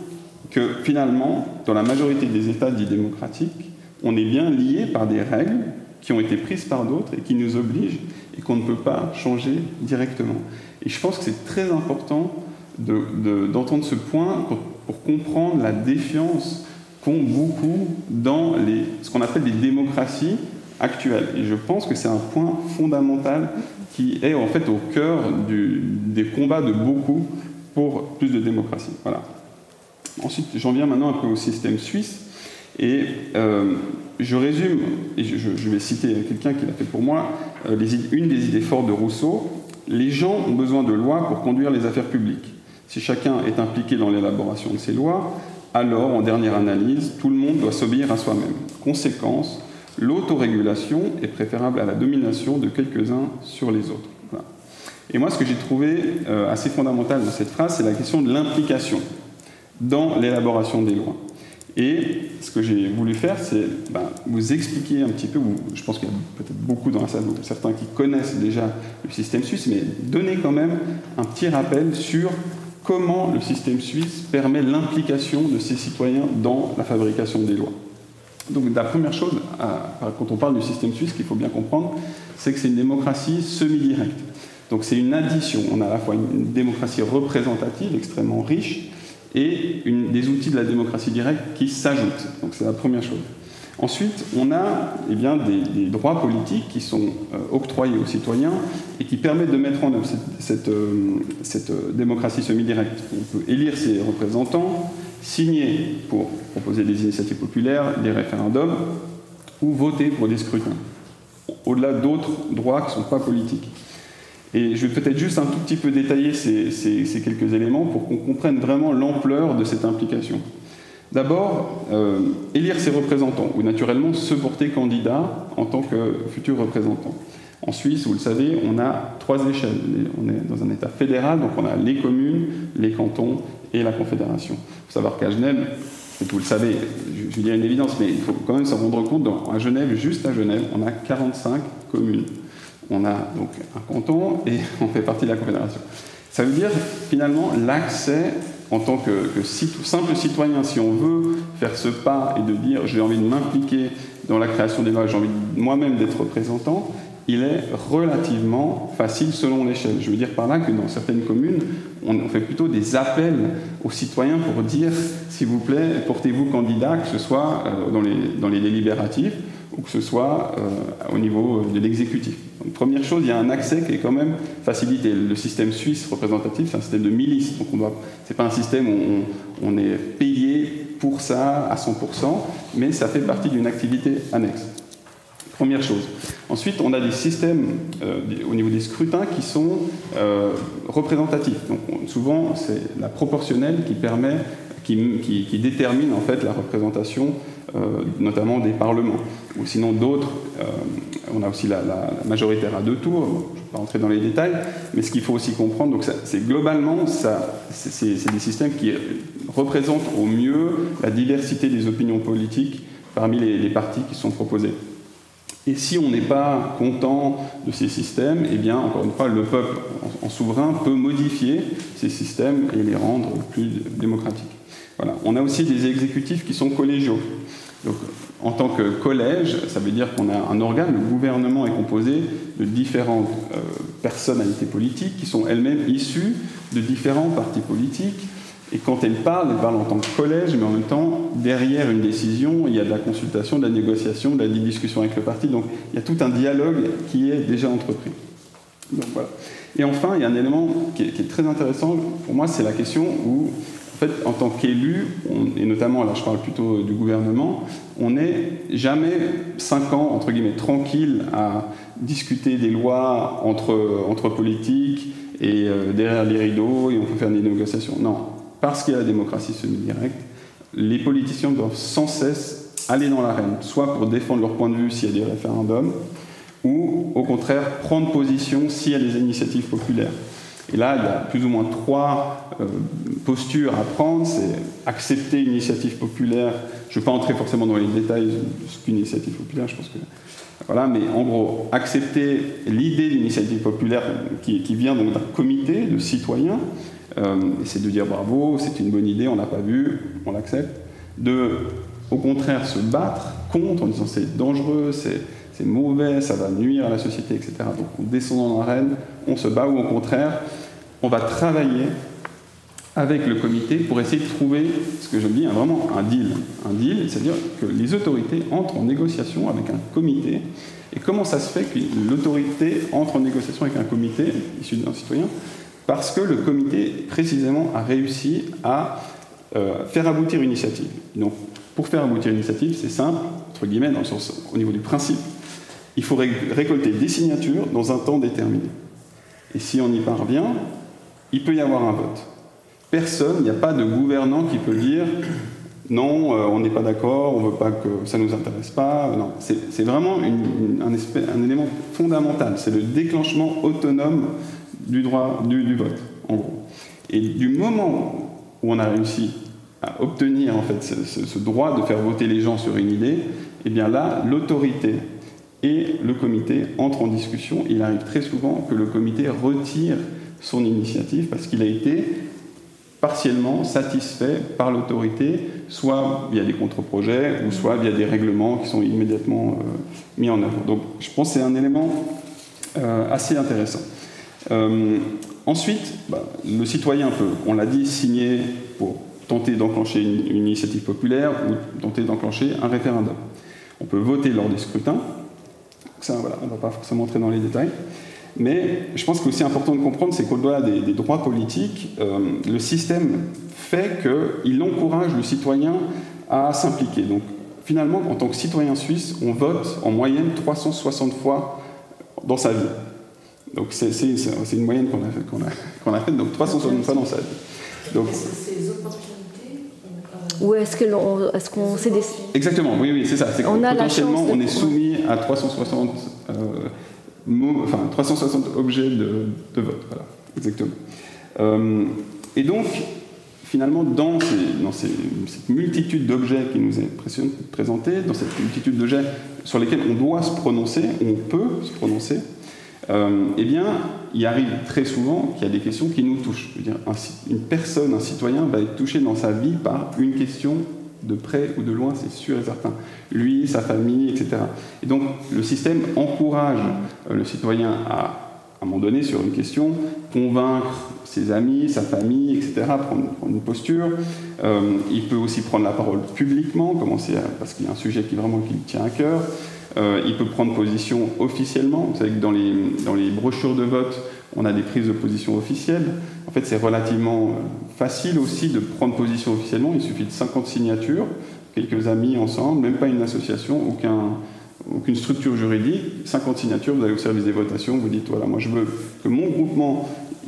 que finalement, dans la majorité des États dits démocratiques, on est bien lié par des règles qui ont été prises par d'autres et qui nous obligent et qu'on ne peut pas changer directement. Et je pense que c'est très important de, de, d'entendre ce point pour, pour comprendre la défiance qu'ont beaucoup dans les, ce qu'on appelle les démocraties actuelles. Et je pense que c'est un point fondamental qui est en fait au cœur du, des combats de beaucoup pour plus de démocratie. Voilà. Ensuite, j'en viens maintenant un peu au système suisse. Et euh, je résume, et je, je vais citer quelqu'un qui l'a fait pour moi, euh, les, une des idées fortes de Rousseau. Les gens ont besoin de lois pour conduire les affaires publiques. Si chacun est impliqué dans l'élaboration de ces lois, alors, en dernière analyse, tout le monde doit s'obéir à soi-même. Conséquence, l'autorégulation est préférable à la domination de quelques-uns sur les autres. Voilà. Et moi, ce que j'ai trouvé euh, assez fondamental dans cette phrase, c'est la question de l'implication dans l'élaboration des lois. Et ce que j'ai voulu faire, c'est ben, vous expliquer un petit peu, vous, je pense qu'il y a peut-être beaucoup dans la salle, certains qui connaissent déjà le système suisse, mais donner quand même un petit rappel sur comment le système suisse permet l'implication de ses citoyens dans la fabrication des lois. Donc la première chose, quand on parle du système suisse, qu'il faut bien comprendre, c'est que c'est une démocratie semi-directe. Donc c'est une addition. On a à la fois une démocratie représentative extrêmement riche et une, des outils de la démocratie directe qui s'ajoutent. Donc c'est la première chose. Ensuite, on a eh bien, des, des droits politiques qui sont euh, octroyés aux citoyens et qui permettent de mettre en œuvre cette, cette, euh, cette euh, démocratie semi-directe. On peut élire ses représentants, signer pour proposer des initiatives populaires, des référendums, ou voter pour des scrutins, au-delà d'autres droits qui ne sont pas politiques. Et je vais peut-être juste un tout petit peu détailler ces, ces, ces quelques éléments pour qu'on comprenne vraiment l'ampleur de cette implication. D'abord, euh, élire ses représentants, ou naturellement se porter candidat en tant que futur représentant. En Suisse, vous le savez, on a trois échelles. On est dans un État fédéral, donc on a les communes, les cantons et la confédération. Il faut savoir qu'à Genève, vous le savez, je, je dis une évidence, mais il faut quand même s'en rendre compte, dans, à Genève, juste à Genève, on a quarante-cinq communes. On a donc un canton et on fait partie de la confédération. Ça veut dire, finalement, l'accès en tant que, que simple citoyen, si on veut faire ce pas et de dire j'ai envie de m'impliquer dans la création des lois, j'ai envie moi-même d'être représentant, il est relativement facile selon l'échelle. Je veux dire par là que dans certaines communes, on fait plutôt des appels aux citoyens pour dire s'il vous plaît, portez-vous candidat, que ce soit dans les, dans les délibératifs ou que ce soit euh, au niveau de l'exécutif. Donc, première chose, il y a un accès qui est quand même facilité. Le système suisse représentatif, c'est un système de milice. Donc, on doit, c'est pas un système où on, on est payé pour ça à cent pour cent, mais ça fait partie d'une activité annexe. Première chose. Ensuite, on a des systèmes euh, au niveau des scrutins qui sont euh, représentatifs. Donc, on, souvent, c'est la proportionnelle qui permet, qui, qui, qui détermine en fait la représentation euh, notamment des parlements. Ou sinon d'autres, euh, on a aussi la, la, la majoritaire à deux tours, je ne vais pas rentrer dans les détails, mais ce qu'il faut aussi comprendre, donc ça, c'est globalement, ça, c'est, c'est, c'est des systèmes qui représentent au mieux la diversité des opinions politiques parmi les, les partis qui sont proposés. Et si on n'est pas content de ces systèmes, eh bien, encore une fois, le peuple en, en souverain peut modifier ces systèmes et les rendre plus démocratiques. Voilà. On a aussi des exécutifs qui sont collégiaux. Donc, en tant que collège, ça veut dire qu'on a un organe, le gouvernement est composé de différentes euh, personnalités politiques qui sont elles-mêmes issues de différents partis politiques. Et quand elles parlent, elles parlent en tant que collège, mais en même temps, derrière une décision, il y a de la consultation, de la négociation, de la discussion avec le parti. Donc, il y a tout un dialogue qui est déjà entrepris. Donc, voilà. Et enfin, il y a un élément qui est, qui est très intéressant, pour moi, c'est la question où, en fait, en tant qu'élu, on, et notamment, là je parle plutôt du gouvernement, on n'est jamais cinq ans, entre guillemets, tranquille à discuter des lois entre, entre politiques et euh, derrière les rideaux, et on peut faire des négociations. Non. Parce qu'il y a la démocratie semi-directe, les politiciens doivent sans cesse aller dans l'arène, soit pour défendre leur point de vue s'il y a des référendums, ou au contraire prendre position s'il y a des initiatives populaires. Et là, il y a plus ou moins trois euh, postures à prendre. C'est accepter une initiative populaire. Je ne vais pas entrer forcément dans les détails de ce qu'une initiative populaire, je pense que... Voilà, mais en gros, accepter l'idée d'initiative populaire qui, qui vient donc d'un comité de citoyens, euh, c'est de dire bravo, c'est une bonne idée, on n'a pas vu, on l'accepte. De, au contraire, se battre contre en disant c'est dangereux, c'est, c'est mauvais, ça va nuire à la société, et cetera. Donc on descend dans l'arène, on se bat, ou au contraire, on va travailler avec le comité pour essayer de trouver ce que j'aime bien, vraiment un deal. Un deal, c'est-à-dire que les autorités entrent en négociation avec un comité. Et comment ça se fait que l'autorité entre en négociation avec un comité issu d'un citoyen ? Parce que le comité, précisément, a réussi à euh, faire aboutir une initiative. Donc, pour faire aboutir une initiative, c'est simple, entre guillemets, dans le sens, au niveau du principe. Il faut ré- récolter des signatures dans un temps déterminé. Et si on y parvient, il peut y avoir un vote. Personne, il n'y a pas de gouvernant qui peut dire non, euh, on n'est pas d'accord, on ne veut pas que ça ne nous intéresse pas. Non, c'est, c'est vraiment une, une, un, espèce, un élément fondamental. C'est le déclenchement autonome du droit du, du vote, en gros. Et du moment où on a réussi à obtenir en fait, ce, ce, ce droit de faire voter les gens sur une idée, eh bien là, l'autorité et le comité entrent en discussion. Il arrive très souvent que le comité retire son initiative parce qu'il a été partiellement satisfait par l'autorité, soit via des contre-projets, ou soit via des règlements qui sont immédiatement euh, mis en œuvre. Donc je pense que c'est un élément euh, assez intéressant. Euh, ensuite, bah, le citoyen peut, on l'a dit, signer pour tenter d'enclencher une, une initiative populaire ou tenter d'enclencher un référendum. On peut voter lors des scrutins. Ça, voilà, on ne va pas forcément entrer dans les détails. Mais je pense qu'il est aussi important de comprendre, c'est qu'au-delà des, des droits politiques, euh, le système fait qu'il encourage le citoyen à s'impliquer. Donc, finalement, en tant que citoyen suisse, on vote en moyenne trois cent soixante fois dans sa vie. Donc, c'est, c'est, c'est une moyenne qu'on a faite, qu'on a, qu'on a faite, donc trois cent soixante fois dans sa vie. Donc, est-ce que c'est les opportunités ou est-ce, que l'on, est-ce qu'on s'est décidé ? Exactement, oui, oui, c'est ça. C'est on a potentiellement, la chance de... on est soumis à trois cent soixante... Euh, Mots, enfin, trois cent soixante objets de, de vote, voilà, exactement. Euh, et donc, finalement, dans, ces, dans ces, cette multitude d'objets qui nous est présentée, dans cette multitude d'objets sur lesquels on doit se prononcer, on peut se prononcer, euh, eh bien, il arrive très souvent qu'il y a des questions qui nous touchent. Je veux dire, un, une personne, un citoyen va être touché dans sa vie par une question de près ou de loin, c'est sûr et certain. Lui, sa famille, et cetera. Et donc, le système encourage le citoyen à, à un moment donné, sur une question, convaincre ses amis, sa famille, et cetera, prendre, prendre une posture. Euh, il peut aussi prendre la parole publiquement, commencer à, parce qu'il y a un sujet qui vraiment qui lui tient à cœur. Euh, il peut prendre position officiellement. Vous savez que dans les, dans les brochures de vote, on a des prises de position officielles. En fait, c'est relativement facile aussi de prendre position officiellement. Il suffit de cinquante signatures, quelques amis ensemble, même pas une association, aucun, aucune structure juridique. cinquante signatures, vous allez au service des votations, vous dites, voilà, moi je veux que mon groupement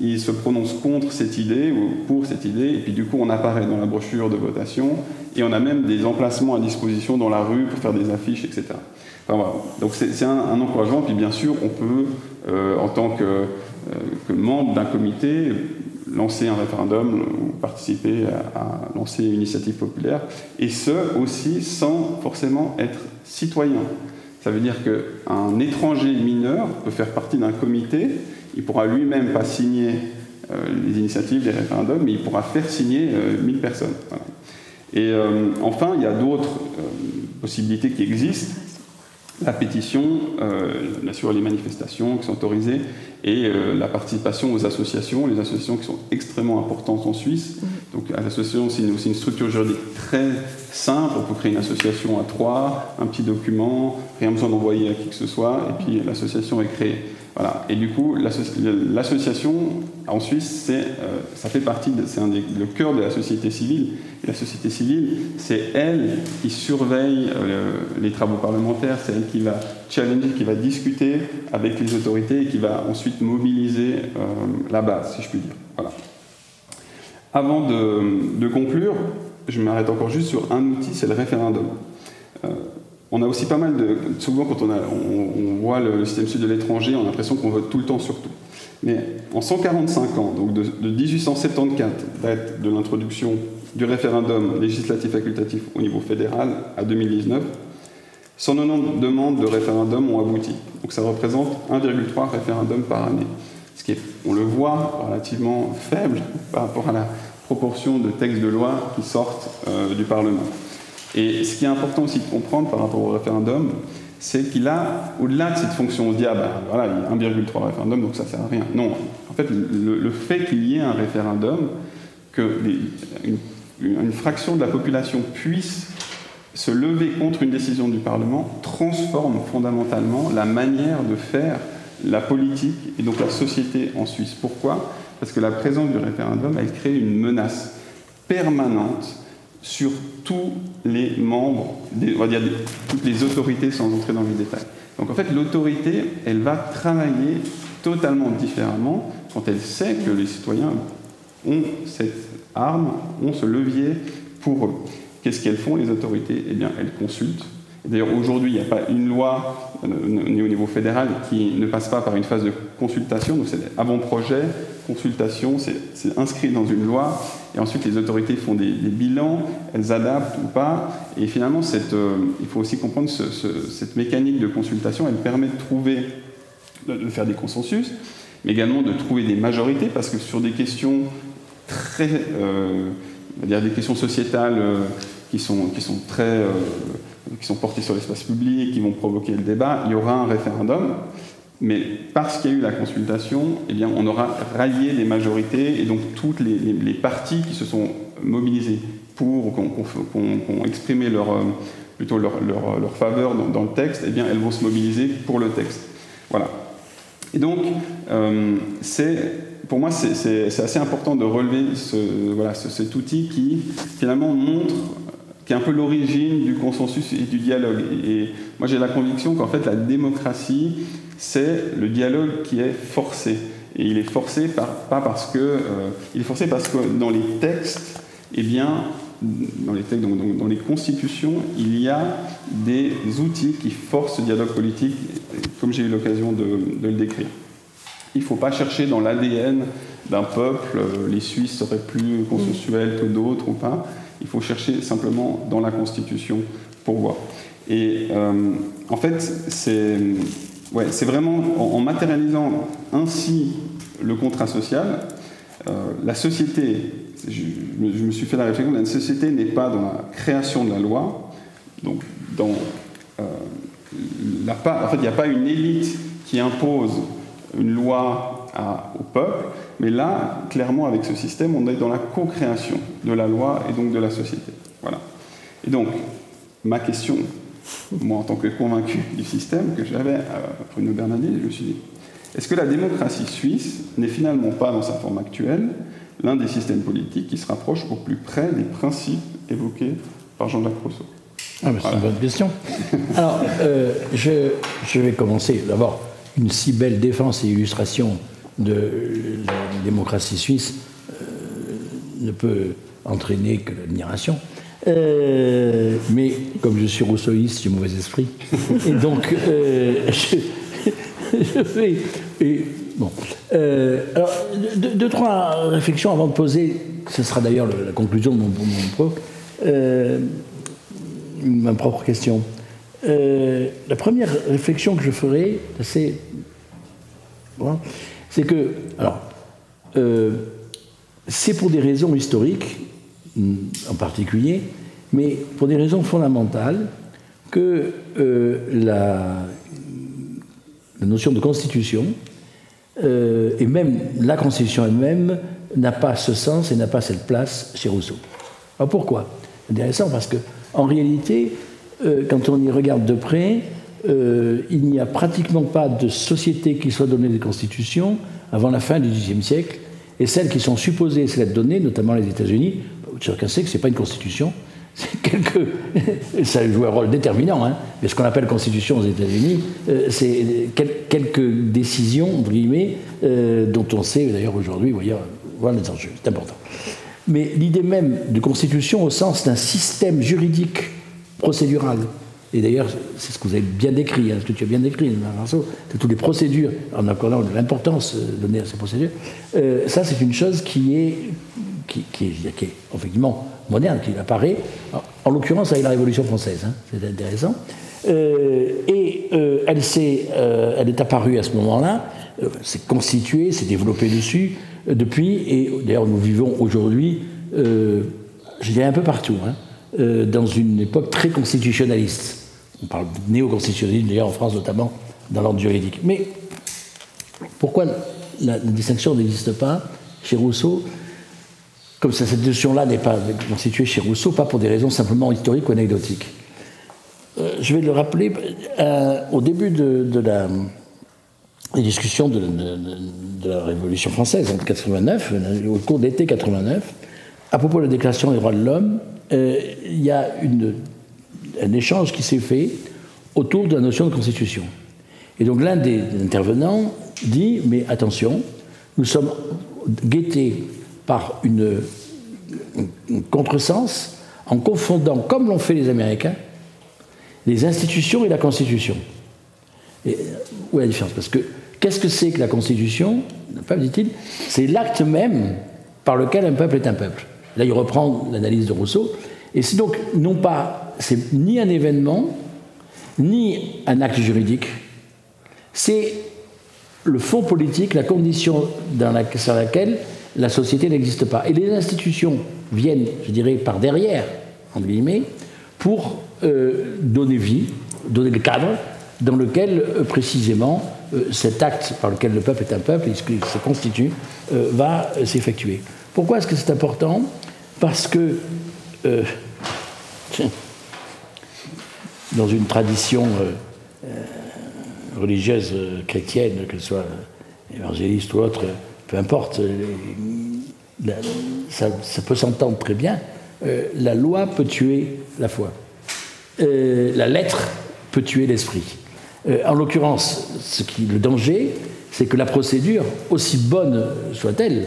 il se prononce contre cette idée ou pour cette idée, et puis du coup on apparaît dans la brochure de votation, et on a même des emplacements à disposition dans la rue pour faire des affiches, et cetera. Enfin, voilà. Donc c'est, c'est un, un encouragement, puis bien sûr on peut, euh, en tant que, euh, que membre d'un comité, lancer un référendum ou participer à, à lancer une initiative populaire, et ce aussi sans forcément être citoyen. Ça veut dire qu'un étranger mineur peut faire partie d'un comité, il ne pourra lui-même pas signer euh, les initiatives, les référendums, mais il pourra faire signer euh, mille personnes. Voilà. Et euh, enfin, il y a d'autres euh, possibilités qui existent. La pétition, euh, bien sûr les manifestations qui sont autorisées, et euh, la participation aux associations, les associations qui sont extrêmement importantes en Suisse. Donc l'association, c'est une, c'est une structure juridique très simple. On peut créer une association à trois, un petit document, rien besoin d'envoyer à qui que ce soit, et puis l'association est créée. Voilà. Et du coup, l'association en Suisse, c'est, euh, ça fait partie, de, c'est un des, le cœur de la société civile. Et la société civile, c'est elle qui surveille euh, les travaux parlementaires, c'est elle qui va challenger, qui va discuter avec les autorités et qui va ensuite mobiliser euh, la base, si je puis dire. Voilà. Avant de, de conclure, je m'arrête encore juste sur un outil, c'est le référendum. Euh, On a aussi pas mal de... Souvent, quand on, a, on, on voit le système suisse de l'étranger, on a l'impression qu'on vote tout le temps sur tout. Mais en cent quarante-cinq ans, donc de, de dix-huit cent soixante-quatorze, date de l'introduction du référendum législatif facultatif au niveau fédéral, à deux mille dix-neuf, cent quatre-vingt-dix demandes de référendum ont abouti. Donc ça représente un virgule trois référendums par année. Ce qui est, on le voit, relativement faible par rapport à la proportion de textes de loi qui sortent euh, du Parlement. Et ce qui est important aussi de comprendre par rapport au référendum, c'est qu'il a, au-delà de cette fonction, on se dit, ah ben voilà, il y a un virgule trois référendum, donc ça ne sert à rien. Non, en fait, le, le fait qu'il y ait un référendum, que les, une, une fraction de la population puisse se lever contre une décision du Parlement, transforme fondamentalement la manière de faire la politique et donc la société en Suisse. Pourquoi ? Parce que la présence du référendum, elle crée une menace permanente sur tous les membres, des, on va dire des, toutes les autorités sans entrer dans les détails. Donc en fait, l'autorité, elle va travailler totalement différemment quand elle sait que les citoyens ont cette arme, ont ce levier pour eux. Qu'est-ce qu'elles font, les autorités ? Eh bien, elles consultent. Et d'ailleurs, aujourd'hui, il n'y a pas une loi, euh, ni au niveau fédéral, qui ne passe pas par une phase de consultation. Donc c'est avant-projet, consultation, c'est, c'est inscrit dans une loi. Et ensuite, les autorités font des, des bilans, elles adaptent ou pas. Et finalement, cette, euh, il faut aussi comprendre ce, ce, cette mécanique de consultation, elle permet de trouver, de, de faire des consensus, mais également de trouver des majorités, parce que sur des questions très, euh, on va dire des questions sociétales euh, qui sont, qui sont très, euh, qui sont portées sur l'espace public, qui vont provoquer le débat, il y aura un référendum. Mais parce qu'il y a eu la consultation, eh bien, on aura rallié les majorités et donc toutes les, les, les partis qui se sont mobilisés pour, qu'on, qu'on, qu'on, qu'on exprimé leur, plutôt leur, leur, leur faveur dans, dans le texte, eh bien, elles vont se mobiliser pour le texte. Voilà. Et donc, euh, c'est, pour moi, c'est, c'est, c'est assez important de relever ce, voilà, ce, cet outil qui, finalement, montre, qui est un peu l'origine du consensus et du dialogue. Et, et moi, j'ai la conviction qu'en fait, la démocratie, c'est le dialogue qui est forcé. Et il est forcé par, pas parce que, euh, il est forcé parce que dans les textes, eh bien, dans les textes, dans, dans, dans les constitutions, il y a des outils qui forcent ce dialogue politique, comme j'ai eu l'occasion de, de le décrire. Il ne faut pas chercher dans l'A D N d'un peuple, euh, les Suisses seraient plus consensuels que d'autres ou pas. Il faut chercher simplement dans la Constitution pour voir. Et euh, en fait, c'est... Ouais, c'est vraiment en, en matérialisant ainsi le contrat social, euh, la société, je, je me suis fait la réflexion, la société n'est pas dans la création de la loi, donc dans euh, la part, en fait il n'y a pas une élite qui impose une loi à, au peuple, mais là, clairement avec ce système, on est dans la co-création de la loi et donc de la société. Voilà. Et donc, ma question, moi en tant que convaincu du système que j'avais à Bruno Bernardi, je me suis dit, est-ce que la démocratie suisse n'est finalement pas, dans sa forme actuelle, l'un des systèmes politiques qui se rapproche au plus près des principes évoqués par Jean-Jacques Rousseau ? Ah, mais c'est voilà. Une bonne question. Alors, euh, je, je vais commencer. D'abord, une si belle défense et illustration de, démocratie suisse euh, ne peut entraîner que l'admiration. Euh, mais comme je suis rousseauiste, j'ai mauvais esprit. Et donc, euh, je, je vais... Et, bon. Euh, alors, deux, deux, trois réflexions avant de poser, ce sera d'ailleurs la conclusion de mon, mon propre, euh, ma propre question. Euh, la première réflexion que je ferai, c'est, bon, c'est que, alors, euh, c'est pour des raisons historiques, en particulier, mais pour des raisons fondamentales, que euh, la, la notion de constitution, euh, et même la constitution elle-même, n'a pas ce sens et n'a pas cette place chez Rousseau. Alors pourquoi ? C'est intéressant parce que, en réalité, euh, quand on y regarde de près, euh, il n'y a pratiquement pas de société qui soit donnée des constitutions avant la fin du dix-huitième siècle, et celles qui sont supposées s'être données, notamment les États-Unis, chacun sait que ce n'est pas une constitution, c'est quelque... ça joue un rôle déterminant, hein, mais ce qu'on appelle constitution aux États-Unis, euh, c'est quel... quelques décisions, entre guillemets, euh, dont on sait d'ailleurs aujourd'hui, voyez, voilà les enjeux, c'est important. Mais l'idée même de constitution au sens d'un système juridique procédural, et d'ailleurs c'est ce que vous avez bien décrit, hein, ce que tu as bien décrit, Marceau, c'est toutes les procédures, en accordant de l'importance donnée à ces procédures, euh, ça c'est une chose qui est, qui, qui est, qui est effectivement moderne, qui apparaît, en l'occurrence avec la Révolution française, hein, c'est intéressant, euh, et euh, elle, s'est, euh, elle est apparue à ce moment-là, euh, s'est constituée, s'est développée dessus, depuis, et d'ailleurs nous vivons aujourd'hui, euh, je dirais un peu partout, hein, euh, dans une époque très constitutionnaliste. On parle de néo-constitutionnalisme, d'ailleurs en France notamment, dans l'ordre juridique. Mais pourquoi la, la distinction n'existe pas chez Rousseau, comme ça, cette notion-là n'est pas constituée chez Rousseau, pas pour des raisons simplement historiques ou anecdotiques. Euh, je vais le rappeler, euh, au début de, de la... les discussions de, de, de la Révolution française en quatre-vingt-neuf, au cours de l'été quatre-vingt-neuf, à propos de la Déclaration des droits de l'homme, euh, il y a une, un échange qui s'est fait autour de la notion de constitution. Et donc l'un des intervenants dit, mais attention, nous sommes guettés par une, un contresens en confondant, comme l'ont fait les Américains, les institutions et la Constitution. Et où est la différence ? Parce que qu'est-ce que c'est que la Constitution ? Le peuple, dit-il, c'est l'acte même par lequel un peuple est un peuple. Là, il reprend l'analyse de Rousseau. Et c'est donc, non pas, c'est ni un événement, ni un acte juridique, c'est le fond politique, la condition dans la, sur laquelle la société n'existe pas. Et les institutions viennent, je dirais, par derrière, entre guillemets, pour euh, donner vie, donner le cadre dans lequel, euh, précisément, euh, cet acte par lequel le peuple est un peuple, et ce qui se constitue, euh, va euh, s'effectuer. Pourquoi est-ce que c'est important ? Parce que, euh, dans une tradition euh, euh, religieuse euh, chrétienne, qu'elle soit évangéliste ou autre, peu importe, euh, la, ça, ça peut s'entendre très bien, euh, la loi peut tuer la foi. Euh, la lettre peut tuer l'esprit. Euh, en l'occurrence, ce qui, le danger, c'est que la procédure, aussi bonne soit-elle,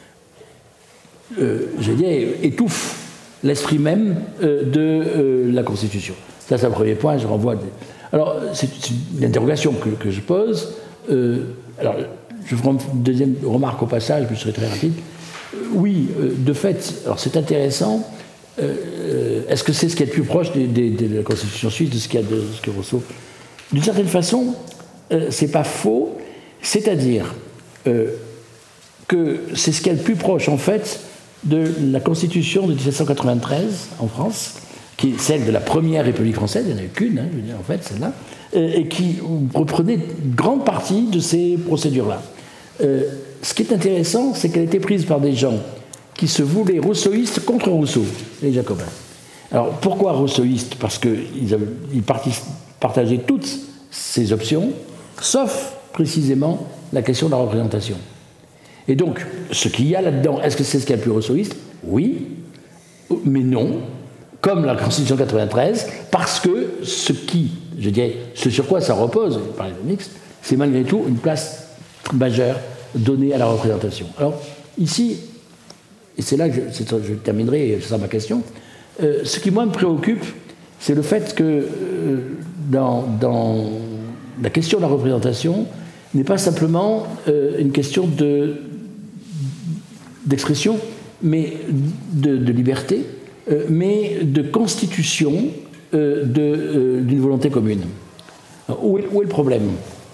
euh, je dirais, étouffe l'esprit même euh, de euh, la Constitution. Ça, c'est un premier point, je renvoie... Des... Alors, c'est, c'est une interrogation que, que je pose. Euh, alors, je ferai une deuxième remarque au passage, mais je serai très rapide. Euh, oui, euh, de fait, alors c'est intéressant. Euh, est-ce que c'est ce qui est le plus proche de, de, de la Constitution suisse, de ce qu'il y a de ce que Rousseau... D'une certaine façon, euh, c'est pas faux, c'est-à-dire euh, que c'est ce qui est le plus proche, en fait, de la Constitution de dix-sept cent quatre-vingt-treize en France, qui est celle de la première République française, il n'y en a eu qu'une, hein, je veux dire, en fait, celle-là, euh, et qui reprenait une grande partie de ces procédures-là. Euh, ce qui est intéressant, c'est qu'elle a été prise par des gens qui se voulaient rousseauistes contre Rousseau, les Jacobins. Alors, pourquoi rousseauistes ? Parce qu'ils avaient, ils partageaient toutes ces options, sauf précisément la question de la représentation. Et donc, ce qu'il y a là-dedans, est-ce que c'est ce qu'il y a le plus rousseauiste ? Oui, mais non, comme la Constitution quatre-vingt-treize, parce que ce qui, je dirais, ce sur quoi ça repose, par les mixtes, c'est malgré tout une place majeure donnée à la représentation. Alors, ici, et c'est là que je, je terminerai, et c'est ça ma question, euh, ce qui, moi, me préoccupe, c'est le fait que euh, dans, dans la question de la représentation n'est pas simplement euh, une question de, d'expression, mais de, de liberté, euh, mais de constitution euh, de, euh, d'une volonté commune. Alors, où, est, où est le problème ?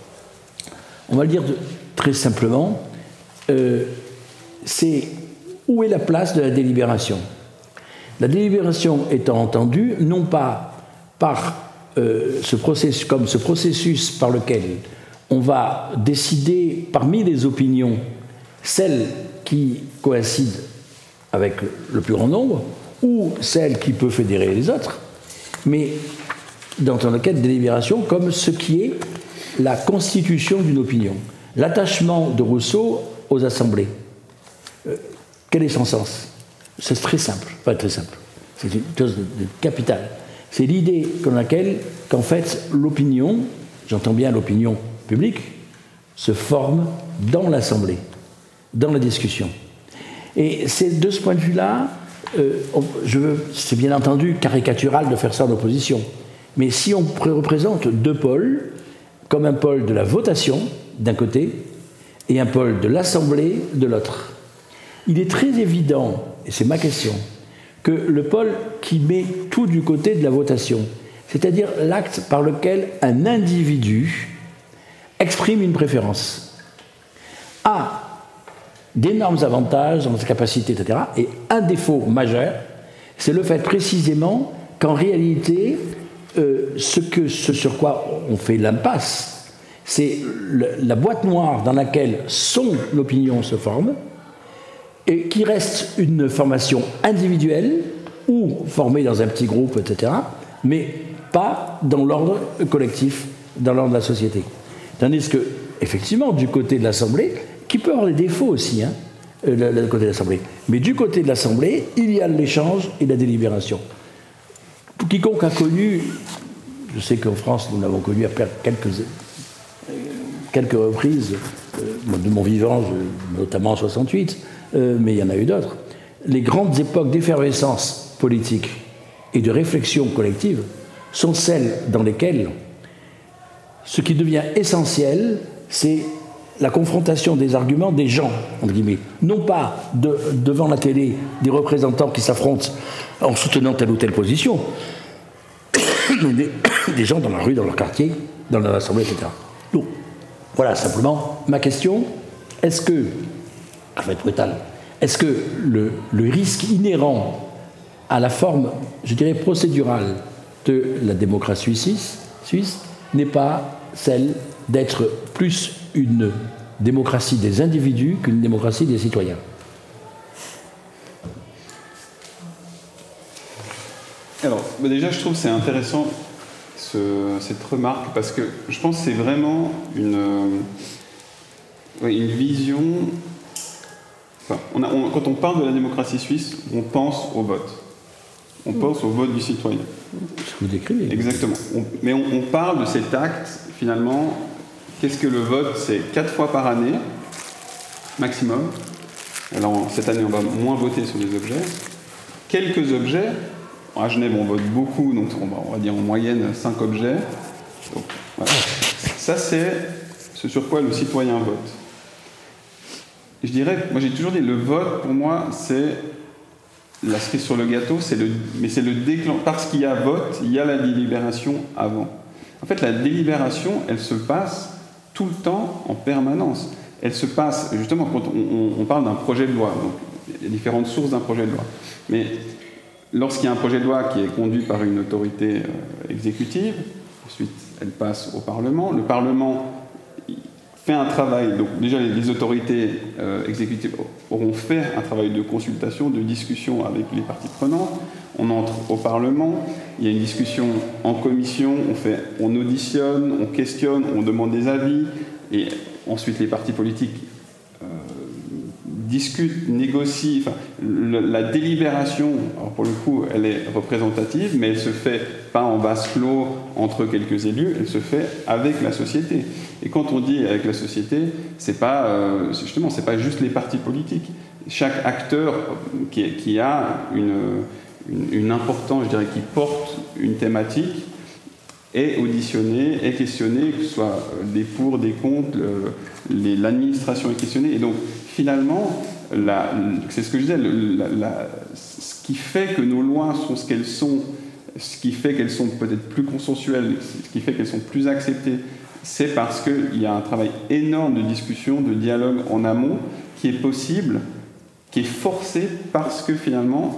On va le dire de, très simplement, euh, c'est où est la place de la délibération ? La délibération étant entendue, non pas par euh, ce processus, comme ce processus par lequel on va décider parmi les opinions celle qui coïncide avec le plus grand nombre ou celle qui peut fédérer les autres, mais dans le cas de délibération comme ce qui est la constitution d'une opinion. L'attachement de Rousseau aux assemblées. Euh, quel est son sens ? C'est très simple, pas très simple. C'est une chose de capitale. C'est l'idée dans laquelle, qu'en fait, l'opinion, j'entends bien l'opinion publique, se forme dans l'assemblée, dans la discussion. Et c'est de ce point de vue-là, euh, je veux, c'est bien entendu caricatural de faire ça en opposition, mais si on représente deux pôles, comme un pôle de la votation d'un côté et un pôle de l'assemblée de l'autre, il est très évident, et c'est ma question, que le pôle qui met tout du côté de la votation, c'est-à-dire l'acte par lequel un individu exprime une préférence, a d'énormes avantages dans sa capacité, et cetera. Et un défaut majeur, c'est le fait précisément qu'en réalité, euh, ce, que, ce sur quoi on fait l'impasse, c'est le, la boîte noire dans laquelle son opinion se forme, et qui reste une formation individuelle ou formée dans un petit groupe, et cetera, mais pas dans l'ordre collectif, dans l'ordre de la société. Tandis que, effectivement, du côté de l'Assemblée, qui peut avoir des défauts aussi, hein, le, le côté de l'Assemblée, mais du côté de l'Assemblée, il y a l'échange et la délibération. Pour quiconque a connu, je sais qu'en France, nous l'avons connu à quelques, quelques reprises, euh, de mon vivant, je, notamment en soixante-huit, Euh, mais il y en a eu d'autres, les grandes époques d'effervescence politique et de réflexion collective sont celles dans lesquelles ce qui devient essentiel, c'est la confrontation des arguments des gens, entre guillemets. Non pas de, devant la télé des représentants qui s'affrontent en soutenant telle ou telle position, mais des, des gens dans la rue, dans leur quartier, dans leur assemblée, et cetera. Donc, voilà simplement ma question. Est-ce que je vais être brutal. Est-ce que le, le risque inhérent à la forme, je dirais, procédurale de la démocratie suisse, suisse n'est pas celle d'être plus une démocratie des individus qu'une démocratie des citoyens? Alors, bah déjà, je trouve que c'est intéressant ce, cette remarque, parce que je pense que c'est vraiment une, euh, une vision... Enfin, on a, on, quand on parle de la démocratie suisse, on pense au vote. On pense au vote du citoyen. Ce que vous décrivez. Exactement. On, mais on, on parle de cet acte, finalement, qu'est-ce que le vote? C'est quatre fois par année, maximum. Alors, cette année, on va moins voter sur des objets. Quelques objets. À Genève, on vote beaucoup, donc on va, on va dire en moyenne cinq objets. Donc, voilà. Ça, c'est ce sur quoi le citoyen vote. Je dirais, moi j'ai toujours dit, le vote, pour moi, c'est la cerise sur le gâteau, c'est le, mais c'est le déclencheur. Parce qu'il y a vote, il y a la délibération avant. En fait, la délibération, elle se passe tout le temps, en permanence. Elle se passe, justement, quand on, on, on parle d'un projet de loi, donc il y a différentes sources d'un projet de loi. Mais lorsqu'il y a un projet de loi qui est conduit par une autorité euh, exécutive, ensuite elle passe au Parlement. Le Parlement fait un travail, donc déjà les, les autorités euh, exécutives auront fait un travail de consultation, de discussion avec les parties prenantes. On entre au Parlement, il y a une discussion en commission, on, fait, on auditionne, on questionne, on demande des avis, et ensuite les partis politiques euh, discute, négocie. Enfin, le, la délibération, alors pour le coup, elle est représentative, mais elle se fait pas en vase clos entre quelques élus, elle se fait avec la société. Et quand on dit avec la société, c'est pas euh, justement, c'est pas juste les partis politiques. Chaque acteur qui, qui a une, une, une importance, je dirais, qui porte une thématique, est auditionné, est questionné, que ce soit des pour, des contre, le, les, l'administration est questionnée. Et donc, finalement, la, c'est ce que je disais, la, la, ce qui fait que nos lois sont ce qu'elles sont, ce qui fait qu'elles sont peut-être plus consensuelles, ce qui fait qu'elles sont plus acceptées, c'est parce qu'il y a un travail énorme de discussion, de dialogue en amont, qui est possible, qui est forcé parce que finalement,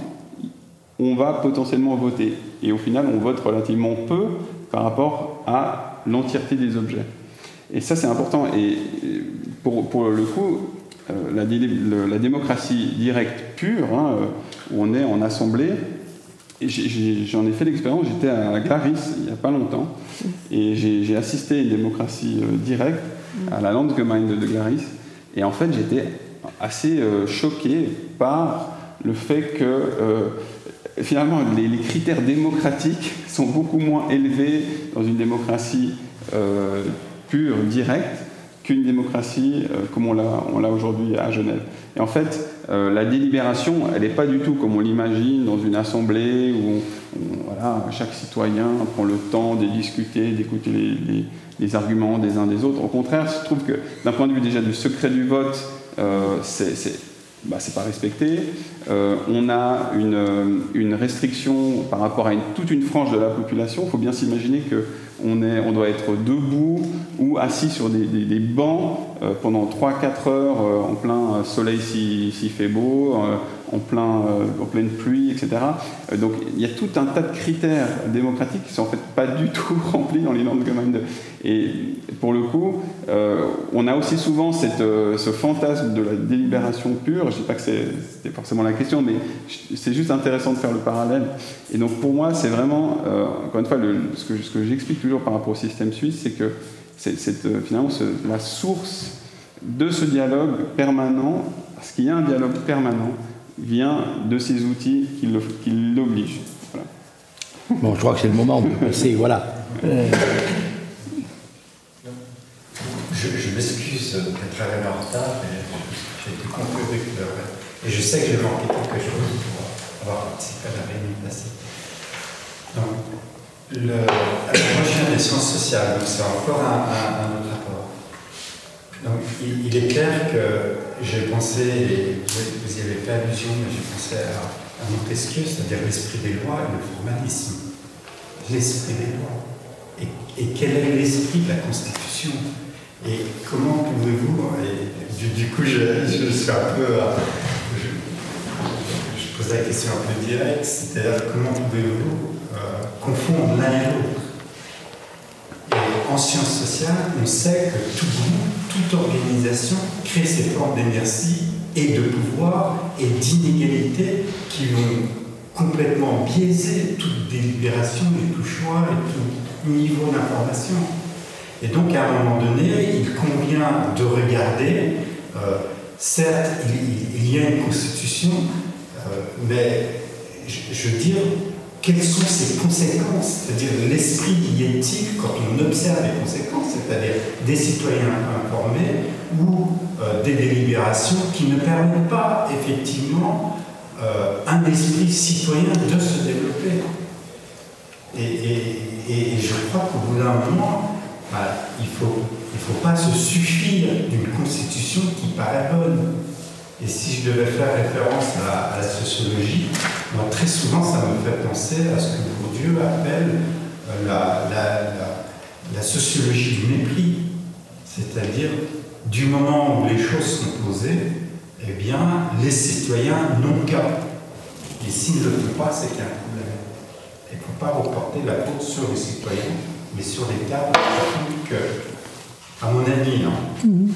on va potentiellement voter. Et au final, on vote relativement peu par rapport à l'entièreté des objets. Et ça, c'est important. Et pour, pour le coup, euh, la, le, la démocratie directe pure, hein, où on est en assemblée, et j'ai, j'ai, j'en ai fait l'expérience, j'étais à Glaris il n'y a pas longtemps, et j'ai, j'ai assisté à une démocratie euh, directe, à la Landsgemeinde de Glaris, et en fait, j'étais assez euh, choqué par le fait que euh, finalement, les, les critères démocratiques sont beaucoup moins élevés dans une démocratie euh, pure, directe, qu'une démocratie euh, comme on l'a, on l'a aujourd'hui à Genève. Et en fait, euh, la délibération, elle n'est pas du tout comme on l'imagine dans une assemblée où on, on, voilà, chaque citoyen prend le temps de discuter, d'écouter les, les, les arguments des uns des autres. Au contraire, je trouve que d'un point de vue déjà du secret du vote, euh, c'est... c'est Bah, c'est pas respecté. Euh, on a une, une restriction par rapport à une, toute une frange de la population. Il faut bien s'imaginer qu'on est, on doit être debout ou assis sur des, des, des bancs euh, pendant trois à quatre heures euh, en plein soleil s'il si, si fait beau, euh, en, plein, euh, en pleine pluie, et cetera. Euh, donc il y a tout un tas de critères démocratiques qui ne sont en fait pas du tout remplis dans les Landsgemeinde. Et pour le coup, euh, on a aussi souvent cette, euh, ce fantasme de la délibération pure. Je ne dis pas que c'est, c'était forcément la question, mais c'est juste intéressant de faire le parallèle. Et donc pour moi, c'est vraiment, euh, encore une fois, le, ce, que, ce que j'explique toujours par rapport au système suisse, c'est que c'est, c'est euh, finalement ce, la source de ce dialogue permanent, parce qu'il y a un dialogue permanent, vient de ces outils qui, le, qui l'obligent. Voilà. Bon, je crois que c'est le moment de passer, voilà. Euh... Je, je m'excuse d'être arrivé en retard, mais j'ai été conclu avec le... Et je sais que j'ai manqué quelque chose pour avoir participé à la réunion passée. Donc, le, alors moi je viens des sciences sociales, donc c'est encore un, un, un autre rapport. Donc il, il est clair que j'ai pensé, et vous, vous y avez fait allusion, mais j'ai pensé à, à Montesquieu, c'est-à-dire l'esprit des lois et le formalisme. L'esprit des lois. Et, et quel est l'esprit de la Constitution ? Et comment pouvez-vous, et du, du coup je, je suis un peu, je, je pose la question un peu directe, c'est-à-dire comment pouvez-vous euh, confondre l'un et l'autre ? Et en sciences sociales, on sait que tout groupe, toute organisation crée ses formes d'inertie et de pouvoir et d'inégalité qui vont complètement biaiser toute délibération et tout choix et tout niveau d'information. Et donc, à un moment donné, il convient de regarder, euh, certes, il, il y a une constitution, euh, mais je, je veux dire, quelles sont ses conséquences ? C'est-à-dire, l'esprit y est-il quand on observe les conséquences, c'est-à-dire des citoyens informés ou euh, des délibérations qui ne permettent pas, effectivement, euh, un esprit citoyen de se développer. Et, et, et, et je crois qu'au bout d'un moment, bah, il ne faut, il faut pas se suffire d'une constitution qui paraît bonne. Et si je devais faire référence à, à la sociologie, moi, très souvent ça me fait penser à ce que Bourdieu appelle euh, la, la, la, la sociologie du mépris. C'est-à-dire, du moment où les choses sont posées, eh bien, les citoyens n'ont qu'à. Et s'ils ne le font pas, c'est qu'il y a un problème. Il ne faut pas reporter la faute sur les citoyens, mais sur les cas que, à mon avis, non. Mmh.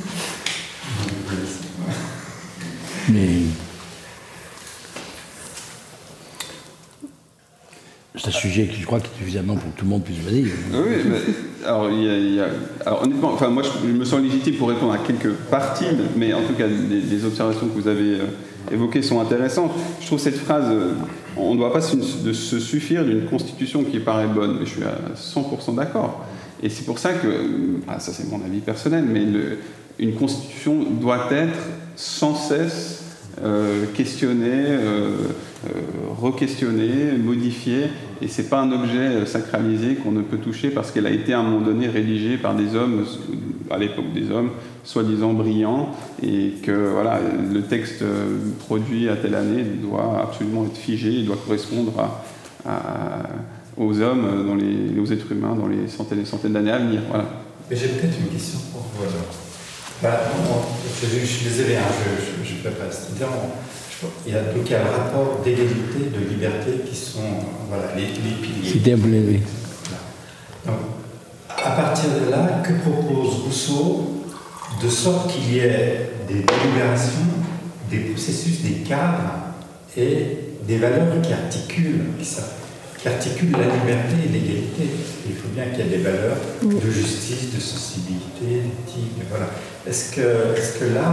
Mais c'est un sujet qui, je crois, qui est suffisamment pour que tout le monde puisse venir. Oui, mais, alors, il y a, il y a, alors honnêtement, enfin, moi, je, je me sens légitime pour répondre à quelques parties, mais en tout cas, les, les observations que vous avez euh, évoquées sont intéressantes. Je trouve cette phrase, euh, on ne doit pas se, de se suffire d'une constitution qui paraît bonne, mais je suis à cent pour cent d'accord. Et c'est pour ça que, ah, ça c'est mon avis personnel, mais le, une constitution doit être sans cesse Euh, questionner, euh, euh, re-questionner, modifier, et c'est pas un objet sacralisé qu'on ne peut toucher parce qu'elle a été à un moment donné rédigée par des hommes, à l'époque des hommes, soi-disant brillants, et que voilà, le texte produit à telle année doit absolument être figé, il doit correspondre à, à, aux hommes, dans les, aux êtres humains dans les centaines et centaines d'années à venir. Voilà. Mais j'ai peut-être une question pour vous alors. Bah, non, je, je suis désolé, hein, je ne peux pas. C'est-à-dire, il y a donc il y a le rapport d'égalité, de liberté qui sont voilà, les, les piliers. C'était un peu oui. Donc, à partir de là, que propose Rousseau de sorte qu'il y ait des délibérations, des processus, des cadres et des valeurs qui articulent ça, qui articulent la liberté et l'égalité. Il faut bien qu'il y ait des valeurs de justice, de sensibilité, d'éthique, voilà. Est-ce que, est-ce que là...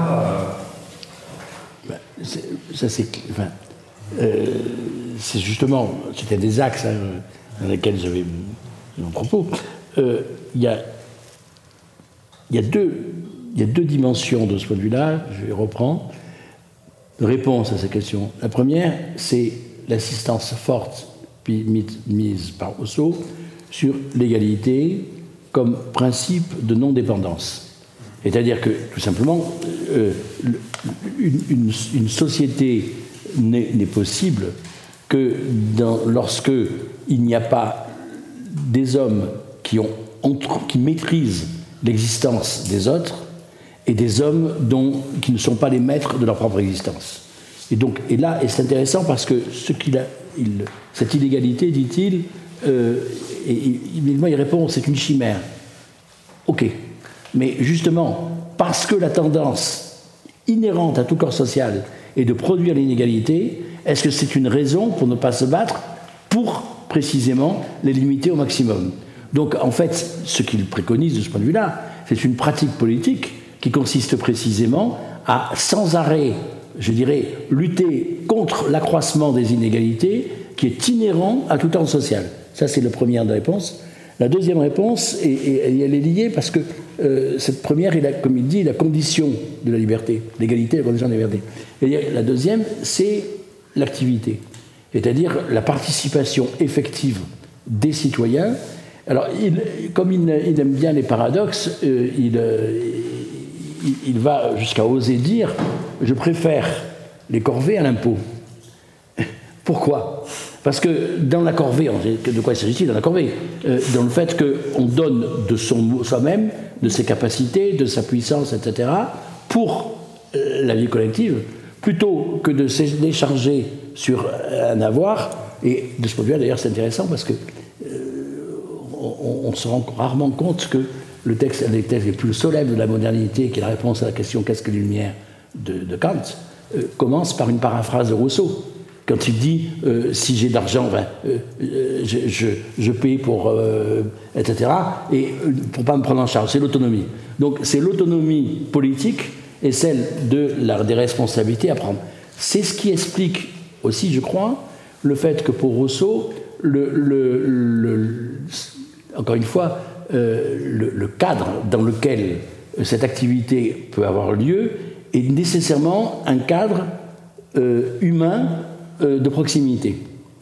Euh... Ben, ça c'est... Enfin, euh, c'est justement... C'était des axes hein, dans lesquels j'avais mon propos. Euh, il y a, il y a deux, il y a deux dimensions de ce point de vue-là, je reprends, de réponse à ces questions. La première, c'est l'assistance forte mise par Rousseau sur l'égalité comme principe de non-dépendance. C'est-à-dire que, tout simplement, euh, une, une, une société n'est, n'est possible que dans, lorsque il n'y a pas des hommes qui, ont, qui maîtrisent l'existence des autres et des hommes dont, qui ne sont pas les maîtres de leur propre existence. Et, donc, et là, et c'est intéressant parce que ce qu'il a, il, cette inégalité, dit-il, euh, et, et, il répond, c'est une chimère. Ok. Mais justement, parce que la tendance inhérente à tout corps social est de produire l'inégalité, est-ce que c'est une raison pour ne pas se battre pour, précisément, les limiter au maximum? Donc, en fait, ce qu'il préconise de ce point de vue-là, c'est une pratique politique qui consiste précisément à, sans arrêt, je dirais, lutter contre l'accroissement des inégalités qui est inhérent à tout ordre social. Ça, c'est la première réponse. La deuxième réponse, et, et, et elle est liée parce que euh, cette première est, la, comme il dit, la condition de la liberté, l'égalité est la condition de la liberté. Et la deuxième, c'est l'activité, c'est-à-dire la participation effective des citoyens. Alors, il, comme il, il aime bien les paradoxes, euh, il, euh, il, il va jusqu'à oser dire « je préfère les corvées à l'impôt ». Pourquoi ? Parce que dans la corvée, de quoi s'agit-il dans la corvée ? euh, Dans le fait qu'on donne de son, soi-même, de ses capacités, de sa puissance, et cetera, pour euh, la vie collective, plutôt que de se décharger sur un avoir. Et de ce point de vue, d'ailleurs, c'est intéressant parce que euh, on, on se rend rarement compte que le texte, un des textes les plus solemnes de la modernité, qui est la réponse à la question « Qu'est-ce que les Lumières ?» de, de Kant, euh, commence par une paraphrase de Rousseau. Quand il dit euh, si j'ai d'argent, ben, euh, je, je, je paye pour, euh, et cetera, et pour ne pas me prendre en charge, c'est l'autonomie. Donc c'est l'autonomie politique et celle de la, des responsabilités à prendre. C'est ce qui explique aussi, je crois, le fait que pour Rousseau, le, le, le, encore une fois, euh, le, le cadre dans lequel cette activité peut avoir lieu est nécessairement un cadre euh, humain de proximité.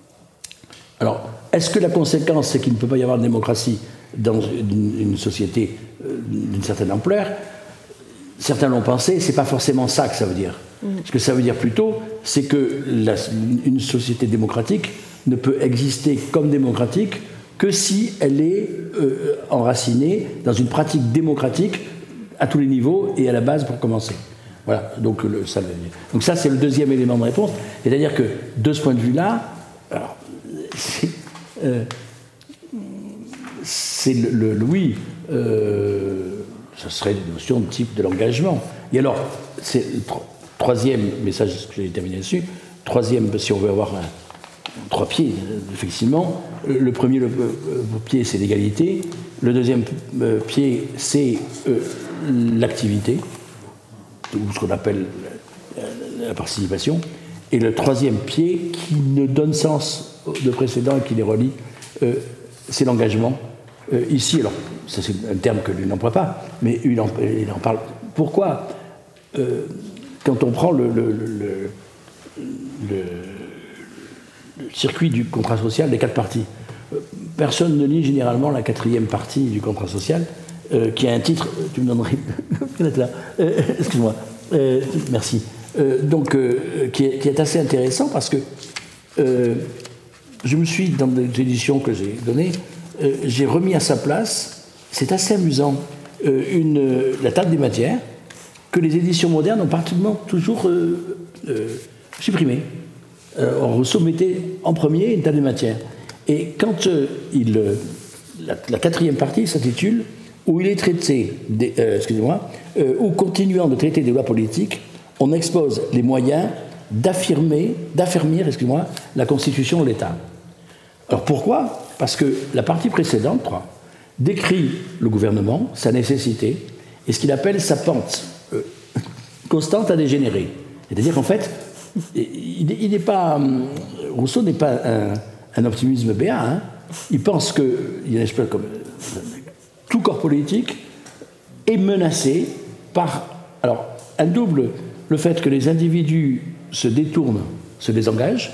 Alors, est-ce que la conséquence, c'est qu'il ne peut pas y avoir de démocratie dans une, une société d'une certaine ampleur ? Certains l'ont pensé, c'est pas forcément ça que ça veut dire. Mmh. Ce que ça veut dire plutôt, c'est que la, une société démocratique ne peut exister comme démocratique que si elle est euh, enracinée dans une pratique démocratique à tous les niveaux et à la base pour commencer. Voilà, donc, le, ça, donc ça c'est le deuxième élément de réponse. C'est-à-dire que de ce point de vue-là, alors, c'est, euh, c'est le, le, le oui, euh, ce serait une notion de type de l'engagement. Et alors, c'est le tro- troisième message que j'ai terminé dessus, troisième, si on veut avoir un, trois pieds, effectivement. Le premier le, le pied, c'est l'égalité. Le deuxième euh, pied, c'est euh, l'activité, ou ce qu'on appelle la, la participation. Et le troisième pied, qui ne donne sens de précédent et qui les relie, euh, c'est l'engagement. Euh, ici, alors, ça c'est un terme que lui n'emploie pas, mais il en, il en parle. Pourquoi euh, quand on prend le, le, le, le, le circuit du contrat social des quatre parties, personne ne lit généralement la quatrième partie du contrat social, euh, qui a un titre, tu me donnerais, là, euh, excuse-moi, euh, merci, euh, donc euh, qui, est, qui est assez intéressant parce que euh, je me suis, dans les éditions que j'ai données, euh, j'ai remis à sa place, c'est assez amusant, euh, une, la table des matières, que les éditions modernes ont pratiquement toujours euh, euh, supprimé. Euh, Rousseau mettait en premier une table des matières. Et quand euh, il, euh, la, la quatrième partie s'intitule « Où il est traité, des, euh, excusez-moi, euh, où continuant de traiter des lois politiques, on expose les moyens d'affirmer, d'affermir, excusez-moi, la constitution de l'État ». Alors pourquoi ? Parce que la partie précédente, trois, décrit le gouvernement, sa nécessité, et ce qu'il appelle sa pente euh, constante à dégénérer. C'est-à-dire qu'en fait, il n'est pas, Rousseau n'est pas un, un optimisme béat. Hein. Il pense que il y a une espèce comme tout corps politique est menacé par alors un double, le fait que les individus se détournent, se désengagent,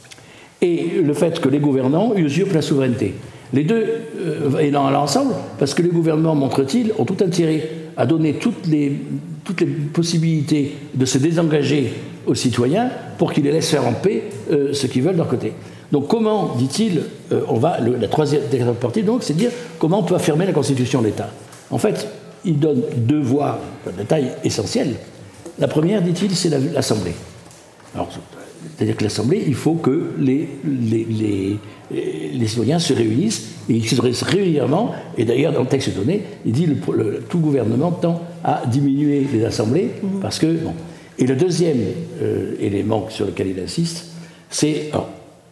et le fait que les gouvernants usurpent la souveraineté. Les deux euh, allant à l'ensemble, parce que les gouvernements, montre-t-il, ont tout intérêt à donner toutes les, toutes les possibilités de se désengager aux citoyens pour qu'ils les laissent faire en paix euh, ce qu'ils veulent de leur côté. Donc comment, dit-il, euh, on va, le, la troisième partie, donc, c'est de dire comment on peut affirmer la constitution de l'État. En fait, il donne deux voies de taille essentielle. La première, dit-il, c'est la, l'Assemblée. Alors, c'est-à-dire que l'Assemblée, il faut que les, les, les, les citoyens se réunissent, et ils se réunissent régulièrement, et d'ailleurs, dans le texte donné, il dit que le, le, tout gouvernement tend à diminuer les assemblées, mmh. parce que... Bon. Et le deuxième euh, élément sur lequel il insiste, c'est alors,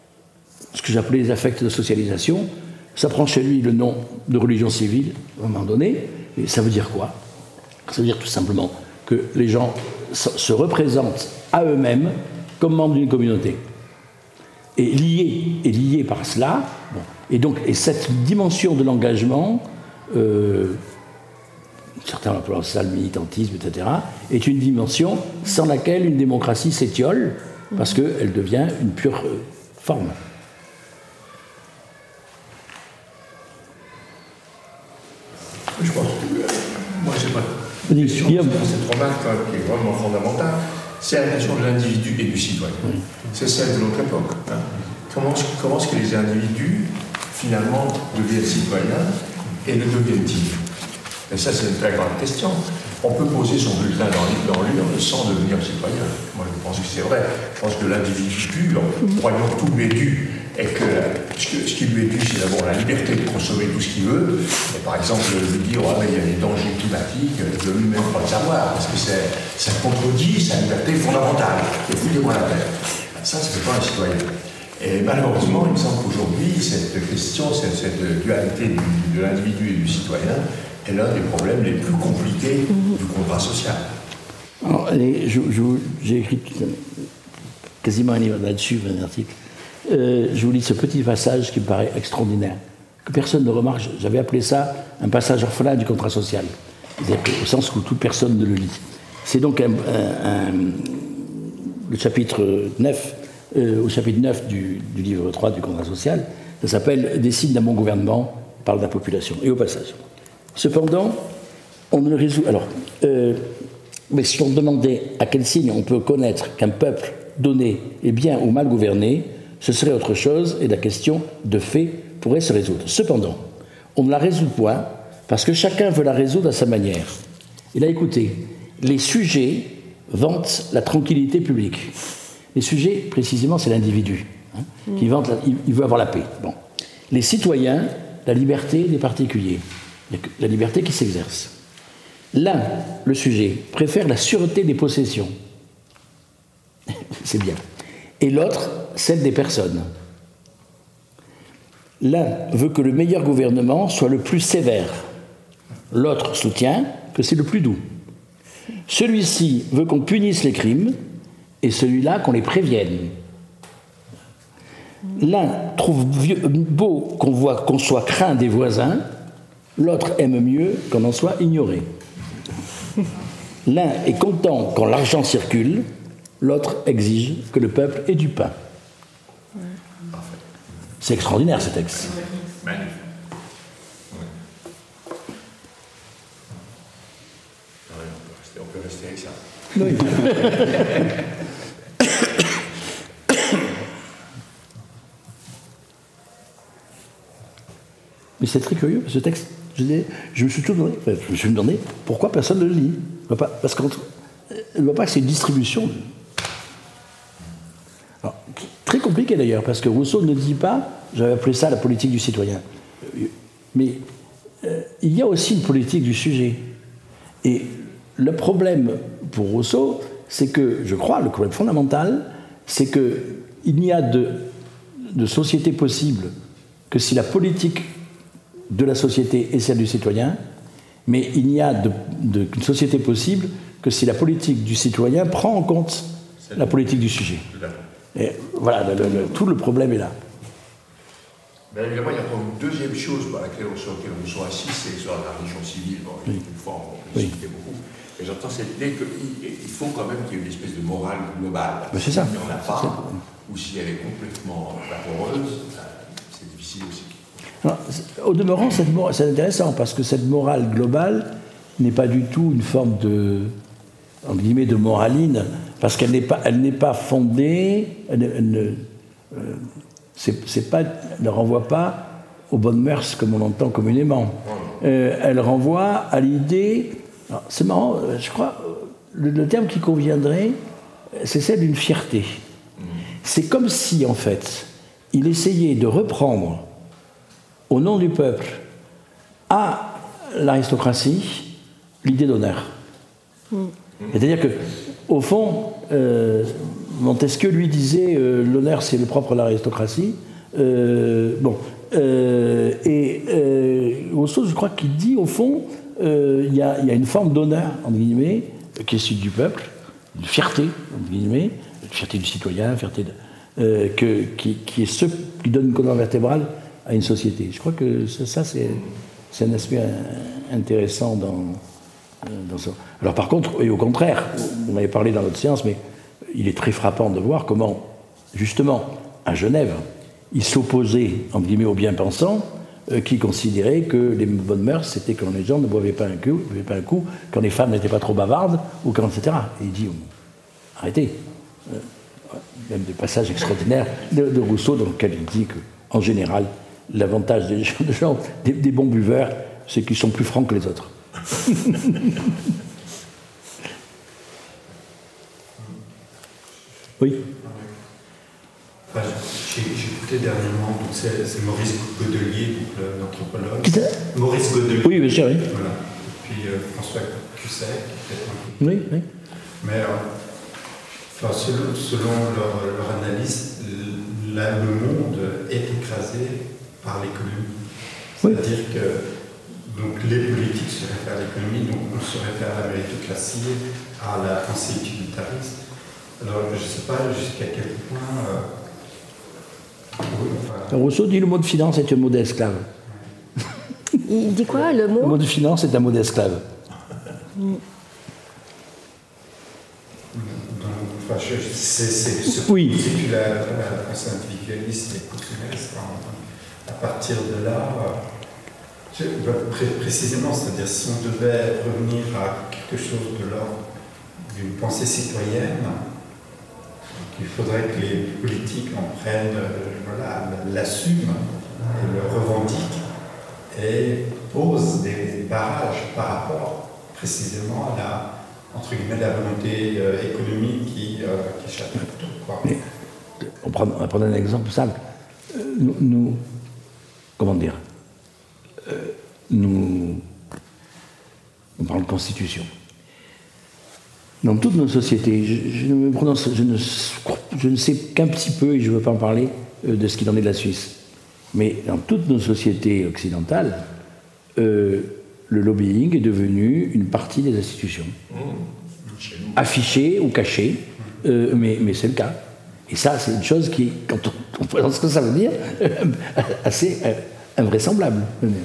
ce que j'appelais les affects de socialisation. Ça prend chez lui le nom de religion civile, à un moment donné, et ça veut dire quoi ? Ça veut dire tout simplement que les gens se représentent à eux-mêmes comme membres d'une communauté. Et liés, et liés par cela, bon, et donc et cette dimension de l'engagement, euh, certains appellent ça le militantisme, et cetera, est une dimension sans laquelle une démocratie s'étiole, parce qu'elle devient une pure euh, forme. Je pense que, euh, moi, j'ai pas de question sur cette remarque qui est vraiment fondamentale. C'est la question de l'individu et du citoyen. Oui. C'est celle de notre époque. Hein. Comment, comment est-ce que les individus, finalement, deviennent citoyens et le deviennent-ils ? Et ça, c'est une très grande question. On peut poser son bulletin dans l'urne sans devenir citoyen. Moi, je pense que c'est vrai. Je pense que l'individu pur, croyant que tout lui est dû, et que ce, que ce qui lui est dû, c'est d'abord la liberté de consommer tout ce qu'il veut. Et par exemple, lui dire oh, mais il y a des dangers climatiques, il ne veut lui-même pas le savoir, parce que ça contredit sa liberté fondamentale. Et foutez-moi la paix. Ça, ça ne fait pas un citoyen. Et malheureusement, il me semble qu'aujourd'hui, cette question, cette, cette dualité du, de l'individu et du citoyen, est l'un des problèmes les plus compliqués du contrat social. Alors, allez, je, je, j'ai écrit quasiment un livre là-dessus, un article. Euh, je vous lis ce petit passage qui me paraît extraordinaire, que personne ne remarque. J'avais appelé ça un passage orphelin du contrat social, au sens où toute personne ne le lit. C'est donc un, un, un, le chapitre neuf, euh, au chapitre neuf du, du livre trois du contrat social. Ça s'appelle « Des signes d'un bon gouvernement » par la population. Et au passage. Cependant, on ne le résout... Alors, euh, mais si on demandait à quel signe on peut connaître qu'un peuple donné est bien ou mal gouverné, ce serait autre chose et la question de fait pourrait se résoudre. Cependant, on ne la résout point parce que chacun veut la résoudre à sa manière. Et là, écoutez, les sujets vantent la tranquillité publique. Les sujets, précisément, c'est l'individu, hein, mmh. qui vante la, il, il veut avoir la paix. Bon. Les citoyens, la liberté des particuliers. La liberté qui s'exerce. L'un, le sujet, préfère la sûreté des possessions. C'est bien. Et l'autre, celle des personnes. L'un veut que le meilleur gouvernement soit le plus sévère. L'autre soutient que c'est le plus doux. Celui-ci veut qu'on punisse les crimes et celui-là qu'on les prévienne. L'un trouve vieux, beau qu'on voit qu'on soit craint des voisins, l'autre aime mieux qu'on en soit ignoré. L'un est content quand l'argent circule, l'autre exige que le peuple ait du pain. C'est extraordinaire ce texte. Magnifique. On peut rester avec ça. Oui. Mais c'est très curieux, ce texte, je, dis, je me suis toujours demandé, enfin, je me suis demandé pourquoi personne ne le lit. Pas, parce qu'on ne voit pas que c'est une distribution. Alors, très compliqué d'ailleurs, parce que Rousseau ne dit pas, j'avais appelé ça la politique du citoyen. Mais euh, il y a aussi une politique du sujet. Et le problème pour Rousseau, c'est que, je crois, le problème fondamental, c'est qu'il n'y a de, de société possible que si la politique de la société est celle du citoyen, mais il n'y a de, de, une société possible que si la politique du citoyen prend en compte la politique du sujet. Et voilà, le, le, tout le problème est là. Mais évidemment, il y a encore une deuxième chose sur laquelle on soit assis, c'est sur la religion civile. Bon, oui. Une fois, on peut discuter oui. beaucoup. Mais j'entends cette idée qu'il faut quand même qu'il y ait une espèce de morale globale. Mais c'est ça. Si on n'a pas, ou si elle est complètement vaporeuse, c'est difficile aussi. Alors, au demeurant, cette morale, c'est intéressant, parce que cette morale globale n'est pas du tout une forme de, entre guillemets, de moraline, parce qu'elle n'est pas, elle n'est pas fondée, elle, elle ne, euh, c'est, c'est pas, elle ne renvoie pas aux bonnes mœurs comme on l'entend communément. Euh, elle renvoie à l'idée, alors, c'est marrant, je crois, le, le terme qui conviendrait, c'est celle d'une fierté. C'est comme si, en fait, il essayait de reprendre au nom du peuple, à l'aristocratie, l'idée d'honneur. Mm. C'est-à-dire que, au fond, euh, Montesquieu lui disait euh, l'honneur c'est le propre à l'aristocratie. Euh, bon, euh, et euh, Rousseau, je crois qu'il dit au fond, il euh, y, y a une forme d'honneur entre guillemets qui est issue du peuple, une fierté entre guillemets, une fierté du citoyen, une fierté de, euh, que, qui, qui est ce qui donne une colonne vertébrale à une société. Je crois que ça, c'est, c'est un aspect intéressant dans, dans ça. Alors par contre, et au contraire, on avait parlé dans notre séance, mais il est très frappant de voir comment, justement, à Genève, il s'opposait, entre guillemets, aux bien-pensants, euh, qui considéraient que les bonnes mœurs, c'était quand les gens ne boivaient pas un coup, ne buvaient pas un coup, quand les femmes n'étaient pas trop bavardes, ou quand, et cetera. Et il dit, oh, arrêtez. Euh, même des passages extraordinaires de, de Rousseau, dans lequel il dit qu'en général, l'avantage des gens, des, des bons buveurs, c'est qu'ils sont plus francs que les autres. Oui. Enfin, j'ai, j'ai écouté dernièrement, donc c'est, c'est Maurice Godelier, donc l'anthropologue. Maurice Godelier. Oui, bien sûr, oui. Voilà. Et puis euh, François Cusset, qui était un peu. Oui, oui. Mais euh, enfin, selon, selon leur, leur analyse, la, le monde est écrasé par l'économie. Oui. C'est-à-dire que donc, les politiques se réfèrent à l'économie, donc on se réfère à la méritocratie, à la pensée utilitariste. Alors, je ne sais pas jusqu'à quel point... Euh... Oui, enfin... Rousseau dit le mot de finance est un mot d'esclave. Il dit quoi, le mot ? Le mot de finance est un mot d'esclave. Mm. Donc, enfin, je, c'est, c'est, c'est, oui. c'est la, la pensée individualiste et consumériste. À partir de là, je, pré, précisément, c'est-à-dire si on devait revenir à quelque chose de l'ordre d'une pensée citoyenne, il faudrait que les politiques en prennent, voilà, l'assument et le revendiquent et posent des barrages par rapport précisément à la, entre guillemets, la volonté euh, économique qui, euh, qui échappe à tout. Quoi. Mais, on, prend, on va prendre un exemple simple. Euh, nous, nous, comment dire, euh, nous, on parle de constitution. Dans toutes nos sociétés, je, je, ne, me prononce, je, ne, je ne sais qu'un petit peu, et je ne veux pas en parler, euh, de ce qu'il en est de la Suisse. Mais dans toutes nos sociétés occidentales, euh, le lobbying est devenu une partie des institutions. Mmh. Affiché ou caché, euh, mais, mais c'est le cas. Et ça, c'est une chose qui, quand on, on pense ce que ça veut dire, assez euh, invraisemblable,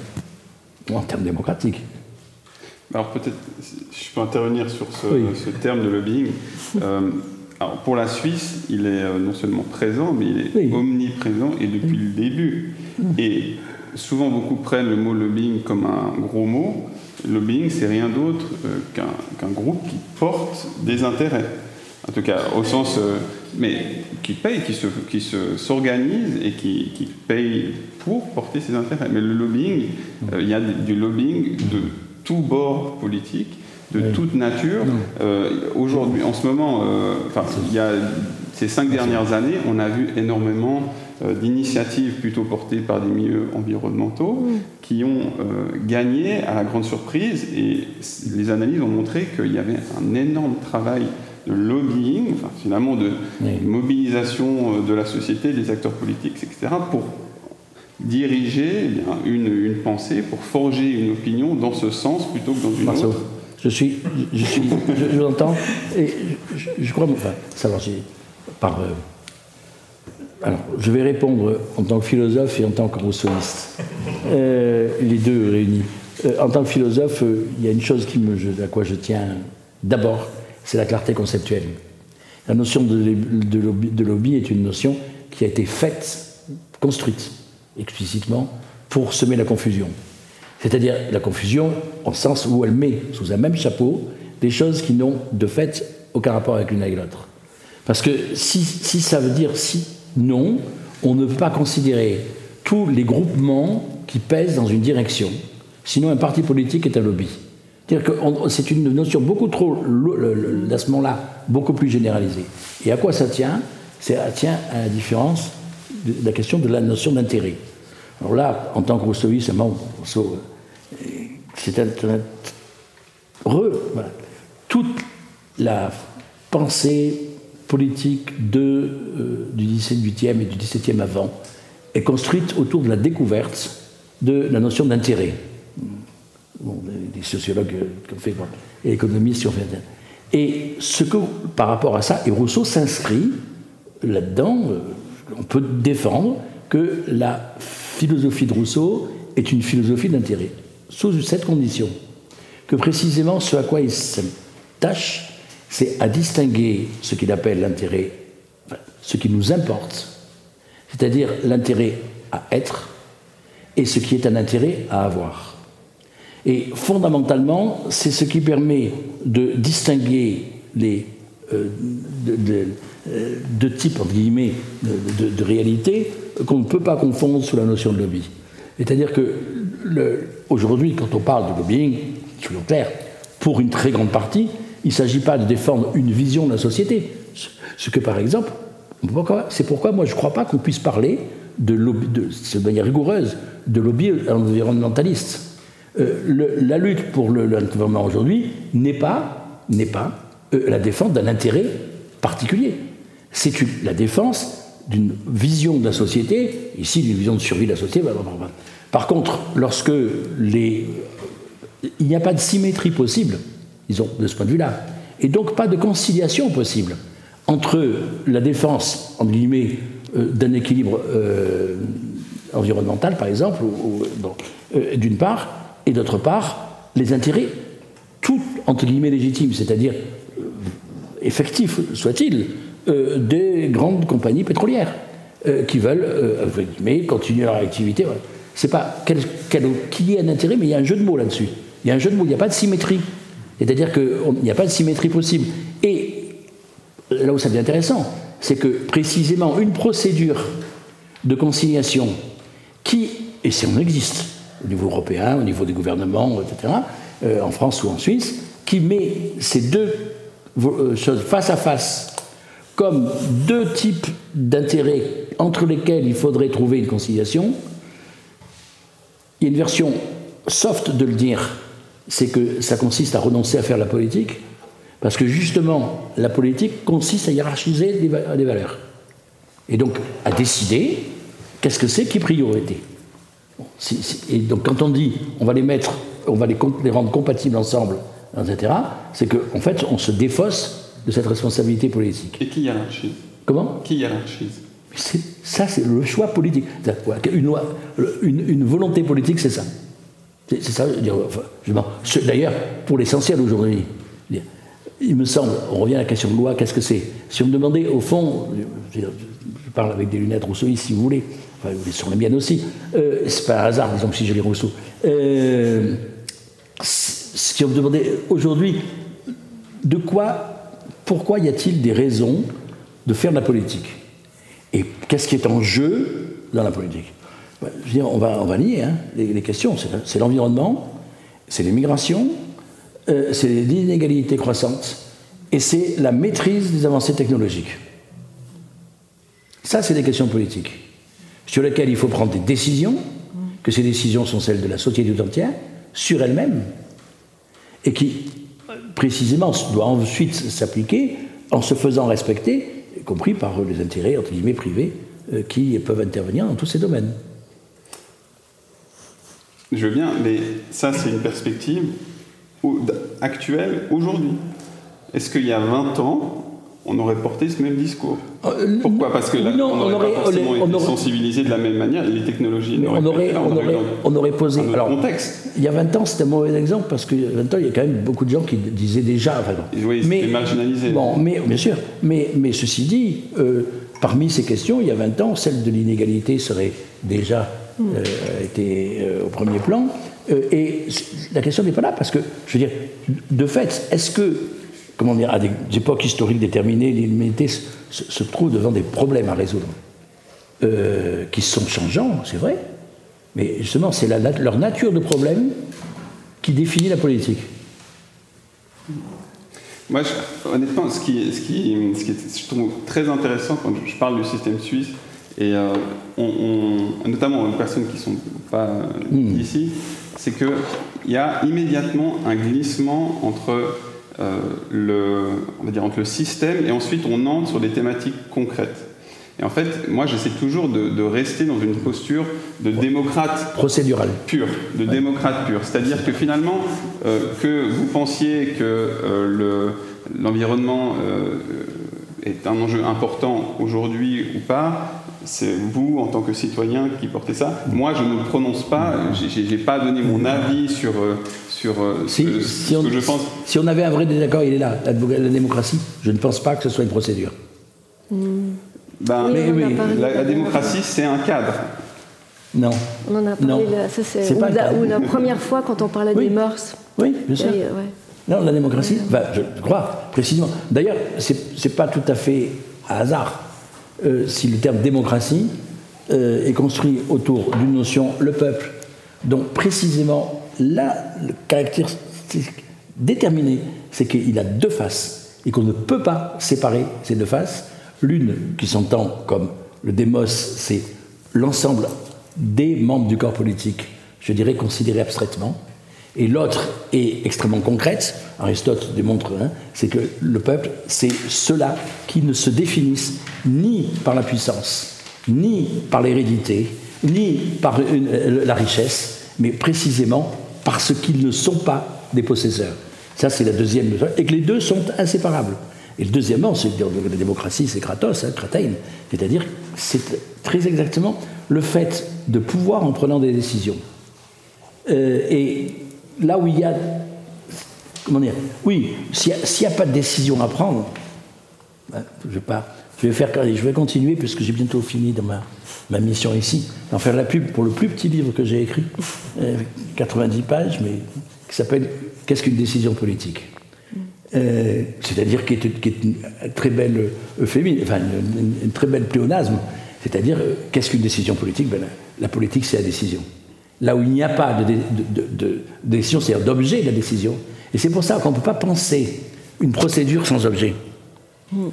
en termes démocratiques. Alors peut-être, je peux intervenir sur ce, oui. ce terme de lobbying. Euh, alors pour la Suisse, il est non seulement présent, mais il est oui. omniprésent et depuis oui. le début. Et souvent, beaucoup prennent le mot lobbying comme un gros mot. Le lobbying, c'est rien d'autre euh, qu'un, qu'un groupe qui porte des intérêts. En tout cas, au sens... Euh, mais qui paye, qui, se, qui se, s'organise et qui, qui paye pour porter ses intérêts. Mais le lobbying, euh, il y a du lobbying de tout bord politique, de oui. toute nature. Euh, aujourd'hui, en ce moment, euh, enfin, il y a ces cinq dernières années, on a vu énormément euh, d'initiatives plutôt portées par des milieux environnementaux oui. qui ont euh, gagné à la grande surprise. Et les analyses ont montré qu'il y avait un énorme travail de lobbying, enfin, finalement de oui. mobilisation de la société, des acteurs politiques, et cetera, pour diriger eh bien, une, une pensée, pour forger une opinion dans ce sens plutôt que dans une Marceau, autre. Je suis, je suis, je, je l'entends, et je, je crois, enfin, ça va, j'ai, par, euh, alors, je vais répondre en tant que philosophe et en tant que rousseauiste, euh, les deux réunis. Euh, en tant que philosophe, euh, il y a une chose qui me, je, à quoi je tiens d'abord, c'est la clarté conceptuelle. La notion de, de, lobby, de lobby est une notion qui a été faite, construite explicitement pour semer la confusion. C'est-à-dire la confusion au sens où elle met sous un même chapeau des choses qui n'ont de fait aucun rapport avec l'une avec l'autre. Parce que si, si ça veut dire si, non, on ne peut pas considérer tous les groupements qui pèsent dans une direction. Sinon, un parti politique est un lobby. C'est-à-dire que on, c'est une notion beaucoup trop, à ce moment-là, beaucoup plus généralisée. Et à quoi ça tient ? Ça tient à la différence de la question de la notion d'intérêt. Alors là, en tant que rousseauiste, c'est un, un heureux. Voilà. Toute la pensée politique de, euh, du dix-huitième et du dix-septième avant est construite autour de la découverte de la notion d'intérêt. Bon, des sociologues qui ont fait, bon, et économistes qui ont fait. Et ce que, par rapport à ça, et Rousseau s'inscrit là-dedans, euh, on peut défendre que la philosophie de Rousseau est une philosophie d'intérêt, sous cette condition, que précisément ce à quoi il s'attache, c'est à distinguer ce qu'il appelle l'intérêt, enfin, ce qui nous importe, c'est-à-dire l'intérêt à être, et ce qui est un intérêt à avoir. Et fondamentalement, c'est ce qui permet de distinguer les euh, de, de, de, de types, entre guillemets, de, de, de réalité qu'on ne peut pas confondre sous la notion de lobby. C'est-à-dire que le, aujourd'hui, quand on parle de lobbying, soyons clairs, pour une très grande partie, il ne s'agit pas de défendre une vision de la société. Ce que, par exemple, c'est pourquoi moi je ne crois pas qu'on puisse parler de lobby, de, de manière rigoureuse, de lobby environnementaliste. Euh, le, la lutte pour le, l'environnement aujourd'hui n'est pas, n'est pas euh, la défense d'un intérêt particulier. C'est une, la défense d'une vision de la société, ici d'une vision de survie de la société. Blablabla. Par contre, lorsque les, il n'y a pas de symétrie possible, disons, de ce point de vue-là, et donc pas de conciliation possible entre la défense, entre guillemets, euh, d'un équilibre euh, environnemental, par exemple, ou, ou, bon, euh, d'une part, et d'autre part, les intérêts, tout, entre guillemets, légitimes, c'est-à-dire euh, effectifs, soit-il, euh, des grandes compagnies pétrolières euh, qui veulent, euh, mais continuer leur activité. Voilà. C'est pas quel, quel, qu'il y ait un intérêt, mais il y a un jeu de mots là-dessus. Il y a un jeu de mots, il n'y a pas de symétrie. C'est-à-dire qu'il n'y a pas de symétrie possible. Et là où ça devient intéressant, c'est que précisément une procédure de conciliation qui, et si on existe, au niveau européen, au niveau des gouvernements, et cetera, euh, en France ou en Suisse, qui met ces deux choses face à face comme deux types d'intérêts entre lesquels il faudrait trouver une conciliation. Il y a une version soft de le dire, c'est que ça consiste à renoncer à faire la politique, parce que justement, la politique consiste à hiérarchiser des valeurs. Et donc, à décider qu'est-ce que c'est qui priorité? Bon, si, si, et donc quand on dit on va les mettre, on va les, les rendre compatibles ensemble, et cetera, c'est qu'en en fait on se défausse de cette responsabilité politique. Et qui hiérarchise? Comment? Qui hiérarchise? C'est, ça, c'est le choix politique. Une, loi, une, une volonté politique, c'est ça. C'est, c'est ça. Enfin, je, d'ailleurs, pour l'essentiel aujourd'hui, il me semble, on revient à la question de loi, qu'est-ce que c'est? Si on me demandait, au fond, je, je parle avec des lunettes rousseauistes si vous voulez, enfin, sur les miennes aussi, euh, c'est pas un hasard, disons que si je lis Rousseau. Euh, si on me demandait aujourd'hui, de quoi, pourquoi y a-t-il des raisons de faire de la politique? Et qu'est-ce qui est en jeu dans la politique? Je veux dire, on va, on va nier hein, les, les questions. C'est, c'est l'environnement, c'est l'immigration, euh, c'est l'inégalité croissante, et c'est la maîtrise des avancées technologiques. Ça, c'est des questions politiques, sur lesquelles il faut prendre des décisions, que ces décisions sont celles de la société tout entière, sur elle-même, et qui, précisément, doivent ensuite s'appliquer en se faisant respecter, y compris par les intérêts, entre guillemets, privés, euh, qui peuvent intervenir dans tous ces domaines. Je veux bien, mais ça, c'est une perspective actuelle, aujourd'hui. Est-ce qu'il y a vingt ans, on aurait porté ce même discours? euh, Pourquoi? Parce que là, non, on n'aurait pas forcément on été aurait, sensibilisé de la même manière, les technologies n'auraient on aurait, pas on, aurait, on aurait posé... un autre alors, contexte. Il y a vingt ans, c'était un mauvais exemple, parce qu'il y a vingt ans, il y a quand même beaucoup de gens qui disaient déjà... Enfin, bon. Oui, c'était marginalisé. Bon, mais, bien sûr, mais, mais ceci dit, euh, parmi ces questions, il y a vingt ans, celle de l'inégalité serait déjà euh, été euh, au premier plan, euh, et la question n'est pas là, parce que, je veux dire, de fait, est-ce que, comment dire, à des époques historiques déterminées, l'humanité se, se, se trouve devant des problèmes à résoudre, euh, qui sont changeants, c'est vrai, mais justement, c'est la, leur nature de problème qui définit la politique. Moi, je, honnêtement, ce qui, ce, qui, ce qui est, je trouve très intéressant quand je parle du système suisse, et euh, on, on, notamment aux personnes qui ne sont pas mmh. ici, c'est qu'il y a immédiatement un glissement entre, euh, le, on va dire, entre le système et ensuite on entre sur des thématiques concrètes. Et en fait, moi, j'essaie toujours de, de rester dans une posture de démocrate procédural pur, de ouais. démocrate pur. C'est-à-dire que finalement, euh, que vous pensiez que euh, le, l'environnement euh, est un enjeu important aujourd'hui ou pas, c'est vous, en tant que citoyen, qui portez ça. Moi, je ne me prononce pas, je n'ai pas donné mon avis sur, sur si, ce, si ce on, que je pense. Si on avait un vrai désaccord, il est là, la, la démocratie. Je ne pense pas que ce soit une procédure. Mmh. Ben, oui, mais, oui, la, la démocratie, c'est un cadre. Non. On en a parlé, non. Là, ça, c'est, c'est ou, pas la, ou la première fois quand on parlait oui. des mœurs. Oui, bien sûr. Et, ouais. Non, la démocratie, bah, je crois, précisément. D'ailleurs, c'est, c'est pas tout à fait à hasard euh, si le terme démocratie euh, est construit autour d'une notion, le peuple, dont précisément là, le caractéristique déterminé, c'est qu'il a deux faces et qu'on ne peut pas séparer ces deux faces. L'une qui s'entend comme le démos, c'est l'ensemble des membres du corps politique, je dirais considéré abstraitement, et l'autre est extrêmement concrète. Aristote démontre, hein, c'est que le peuple, c'est ceux-là qui ne se définissent ni par la puissance, ni par l'hérédité, ni par une, la richesse, mais précisément parce qu'ils ne sont pas des possesseurs. Ça, c'est la deuxième, et que les deux sont inséparables. Et le deuxièmement, c'est que la démocratie, c'est Kratos, hein, Kratein, c'est-à-dire c'est très exactement le fait de pouvoir en prenant des décisions. Euh, et là où il y a, comment dire, oui, s'il n'y a, a pas de décision à prendre, ben, je vais pas, je vais faire, je vais continuer puisque j'ai bientôt fini dans ma, ma mission ici, d'en faire la pub pour le plus petit livre que j'ai écrit, euh, quatre-vingt-dix pages, mais qui s'appelle « Qu'est-ce qu'une décision politique ?» Euh, c'est-à-dire qui est, qui est une très belle euphémisme, enfin une, une, une très belle pléonasme, c'est-à-dire euh, qu'est-ce qu'une décision politique? Ben, la, la politique, c'est la décision. Là où il n'y a pas de, de, de, de, de décision, c'est-à-dire d'objet de la décision. Et c'est pour ça qu'on ne peut pas penser une procédure sans objet. Mmh.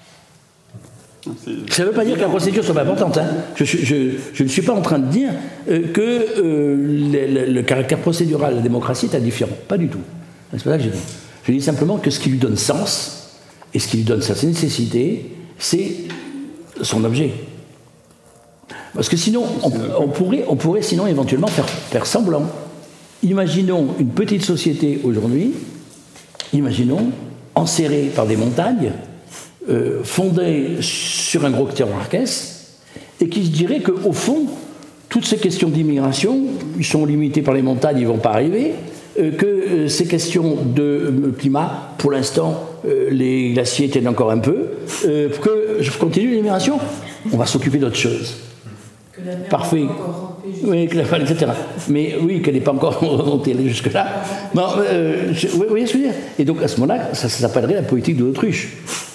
Ça ne veut pas dire que la procédure soit pas importante. Hein. Je, je, je ne suis pas en train de dire euh, que euh, le, le, le caractère procédural de la démocratie est indifférent. Pas du tout. C'est pas ça que j'ai dit. Je dis simplement que ce qui lui donne sens, et ce qui lui donne sa nécessité, c'est son objet. Parce que sinon, on, on, pourrait, on pourrait sinon éventuellement faire, faire semblant. Imaginons une petite société aujourd'hui, imaginons, enserrée par des montagnes, euh, fondée sur un gros terroir-caisse, et qui se dirait qu'au fond, toutes ces questions d'immigration, ils sont limités par les montagnes, ils ne vont pas arriver, euh, que euh, ces questions de euh, climat, pour l'instant, euh, les glaciers tiennent encore un peu, euh, que je continue l'immigration, on va s'occuper d'autre chose. Que la mer Parfait. Oui, et cetera. Mais oui, qu'elle n'est pas encore remontée jusque-là. Non, euh, je, oui, oui, ce que je veux dire. Et donc, à ce moment-là, ça, ça s'appellerait la politique de l'autruche.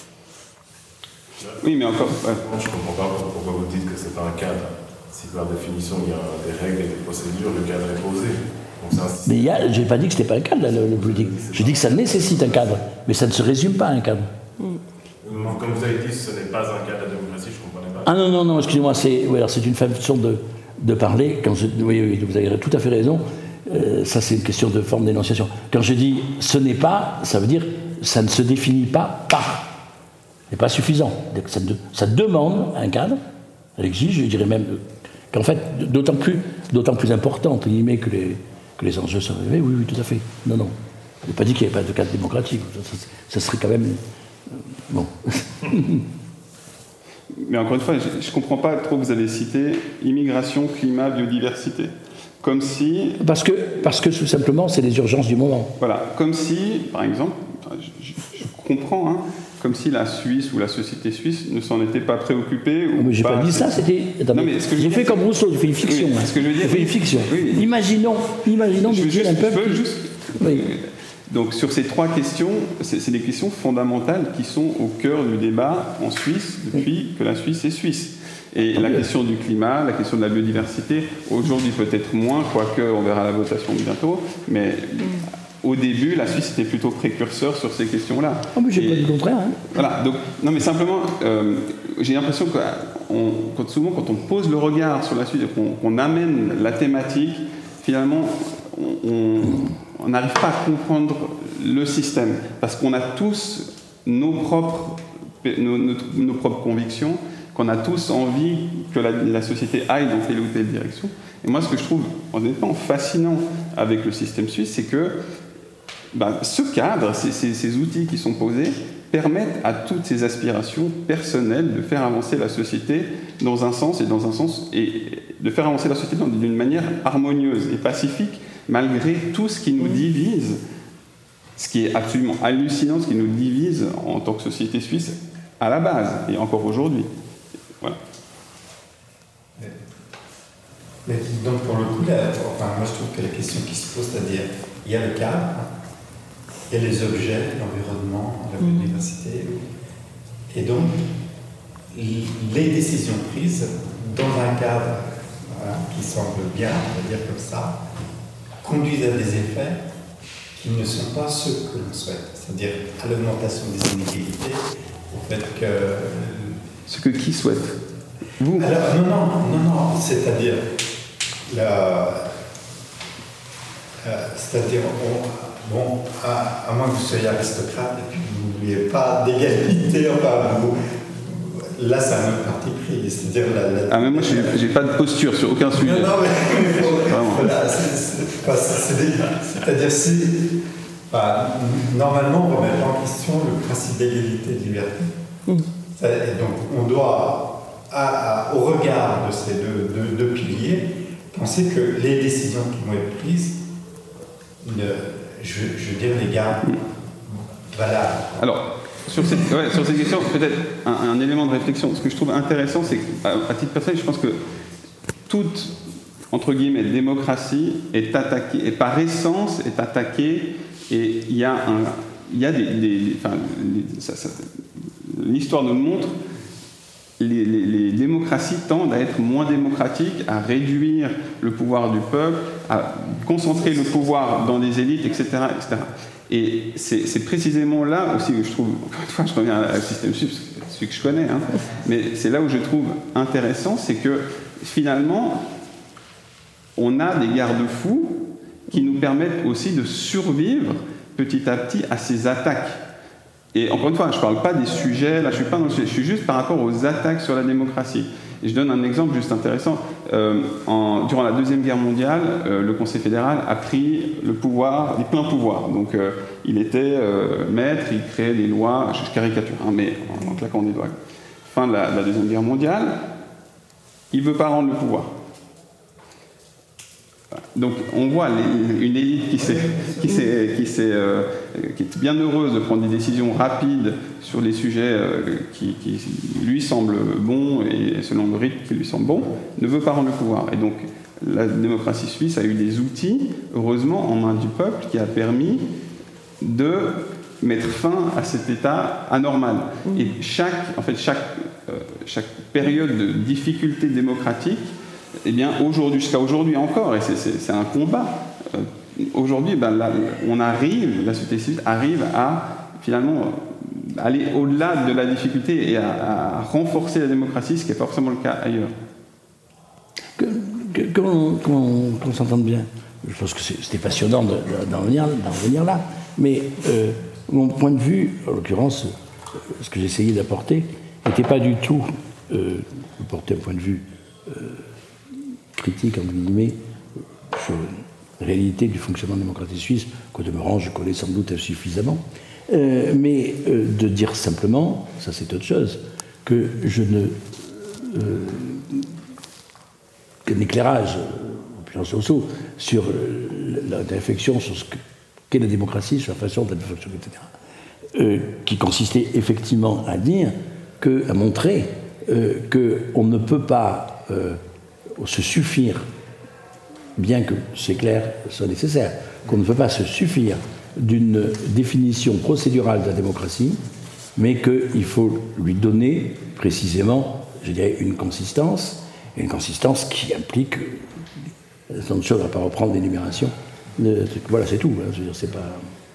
Oui, mais encore. Ouais. Moi, je ne comprends pas pourquoi vous dites que ce n'est pas un cadre. Si par définition, il y a des règles et des procédures, le cadre est posé. Donc, ça, mais je n'ai pas dit que ce n'était pas un cadre, là, le, le politique. Je dis que ça nécessite un cadre, mais ça ne se résume pas à un cadre. Mm. Comme vous avez dit, ce n'est pas un cadre de la démocratie, je ne comprenais pas. Ah non, non, non, excusez-moi, c'est, oui, alors c'est une façon de, de parler. Quand je, oui, oui, vous avez tout à fait raison. Euh, ça, c'est une question de forme d'énonciation. Quand je dis ce n'est pas, ça veut dire ça ne se définit pas par. C'est pas suffisant. Ça, de, ça demande un cadre. Elle exige, je dirais même, qu'en fait, d'autant plus, d'autant plus important, entre guillemets, que les, que les enjeux sont élevés. Oui, oui, tout à fait. Non, non. Je n'ai pas dit qu'il n'y avait pas de cadre démocratique. Ça, ça, ça serait quand même. Euh, bon. Mais encore une fois, je ne comprends pas trop que vous avez cité immigration, climat, biodiversité. Comme si... Parce que, parce que tout simplement, c'est les urgences du moment. Voilà. Comme si, par exemple, je, je, je comprends, hein, comme si la Suisse ou la société suisse ne s'en était pas préoccupée. Ou mais j'ai pas, pas dit ça, c'était... J'ai fait comme Rousseau, j'ai fait une fiction. Oui, hein. Ce que je veux dire, j'ai fait une fiction. Oui. Imaginons, imaginons je dire un peuple... Juste... Oui. Donc sur ces trois questions, c'est, c'est des questions fondamentales qui sont au cœur du débat en Suisse depuis que la Suisse est suisse. Et la question du climat, la question de la biodiversité, aujourd'hui peut-être moins, quoique on verra la votation bientôt, mais au début, la Suisse était plutôt précurseur sur ces questions-là. Oh, mais j'ai pas dit le contraire. Hein. Voilà, donc, non mais simplement, euh, j'ai l'impression que on, quand, souvent quand on pose le regard sur la Suisse et qu'on, qu'on amène la thématique, finalement, on n'arrive pas à comprendre le système, parce qu'on a tous nos propres, nos, nos, nos propres convictions, qu'on a tous envie que la, la société aille dans telle ou telle direction. Et moi, ce que je trouve honnêtement fascinant avec le système suisse, c'est que ben, ce cadre, ces, ces, ces outils qui sont posés, permettent à toutes ces aspirations personnelles de faire avancer la société dans un sens et dans un sens et de faire avancer la société d'une manière harmonieuse et pacifique, malgré tout ce qui nous divise, ce qui est absolument hallucinant, ce qui nous divise en tant que société suisse à la base et encore aujourd'hui. Voilà. Mais, mais donc pour le coup, là, enfin, moi je trouve que la question qui se pose, c'est-à-dire il y a le cadre, il y a les objets, l'environnement, la biodiversité, mmh. et donc les décisions prises dans un cadre voilà, qui semble bien, on va dire comme ça, conduisent à des effets qui ne sont pas ceux que l'on souhaite, c'est-à-dire à l'augmentation des inégalités, au fait que... Ce que qui souhaite Vous Alors, non, non, non, non, c'est-à-dire, la, euh, c'est-à-dire, on, bon, à, à moins que vous soyez aristocrate et que vous n'oubliez pas d'égalité, enfin, vous, là, c'est un autre parti pris, c'est-à-dire la, la... Ah, mais moi, j'ai, j'ai pas de posture sur aucun sujet. Non, non, mais voilà, c'est, c'est, c'est, c'est des, c'est-à-dire, si, enfin, normalement, on ne remet pas en question le principe d'égalité et de liberté. Mmh. Et donc, on doit, à, à, au regard de ces deux, deux, deux piliers, penser que les décisions qui vont être prises, ne, je, je veux dire, les gardent valables. Alors, sur cette, ouais, sur cette question, peut-être un, un élément de réflexion. Ce que je trouve intéressant, c'est qu'à à titre personnel, je pense que toute, entre guillemets, démocratie est attaquée, et par essence est attaquée, et il y a un... Il y a des, des, enfin, les, ça, ça, l'histoire nous le montre, les, les, les démocraties tendent à être moins démocratiques, à réduire le pouvoir du peuple, à concentrer le pouvoir dans des élites, et cetera, et cetera. Et c'est, c'est précisément là aussi que je trouve, encore une fois, je reviens au système suisse, celui que je connais, hein, mais c'est là où je trouve intéressant, c'est que finalement, on a des garde-fous qui nous permettent aussi de survivre petit à petit à ces attaques. Et encore une fois, je ne parle pas des sujets, là je ne suis pas dans le sujet, je suis juste par rapport aux attaques sur la démocratie. Et je donne un exemple juste intéressant. Euh, en, durant la Deuxième Guerre mondiale, euh, le Conseil fédéral a pris le pouvoir, les pleins pouvoirs. Donc euh, il était euh, maître, il créait des lois, je caricature, hein, mais en, en claquant des doigts. Fin de la, de la Deuxième Guerre mondiale, il ne veut pas rendre le pouvoir. Donc on voit les, une élite qui, s'est, qui, s'est, qui, s'est, euh, qui est bien heureuse de prendre des décisions rapides sur les sujets euh, qui, qui lui semblent bons et selon le rythme qui lui semble bon, ne veut pas rendre le pouvoir. Et donc la démocratie suisse a eu des outils, heureusement, en main du peuple qui a permis de mettre fin à cet état anormal. Et chaque, en fait, chaque, euh, chaque période de difficulté démocratique, eh bien, aujourd'hui, jusqu'à aujourd'hui encore, et c'est, c'est, c'est un combat, euh, aujourd'hui, ben, là, on arrive, la société civile arrive à, finalement, aller au-delà de la difficulté et à, à renforcer la démocratie, ce qui n'est pas forcément le cas ailleurs. Que, que, qu'on, qu'on, qu'on s'entende bien. Je pense que c'est, c'était passionnant de, de, d'en, venir, d'en venir là, mais euh, mon point de vue, en l'occurrence, ce que j'essayais d'apporter, n'était pas du tout euh, de porter un point de vue euh, critique, entre guillemets, sur la réalité du fonctionnement démocratique suisse, qu'au demeurant, je connais sans doute insuffisamment, euh, mais euh, de dire simplement, ça c'est autre chose, que je ne... Euh, qu'un éclairage, Rousseau, sur la, la réflexion sur ce que, qu'est la démocratie, sur la façon d'être fonctionner, et cetera, euh, qui consistait effectivement à dire, que, à montrer euh, qu'on ne peut pas euh, se suffire, bien que c'est clair, soit nécessaire, qu'on ne peut pas se suffire d'une définition procédurale de la démocratie, mais qu'il faut lui donner précisément, je dirais, une consistance, une consistance qui implique un certain nombre de choses, on ne va pas reprendre l'énumération. Voilà, c'est tout. Hein, je veux dire, c'est pas...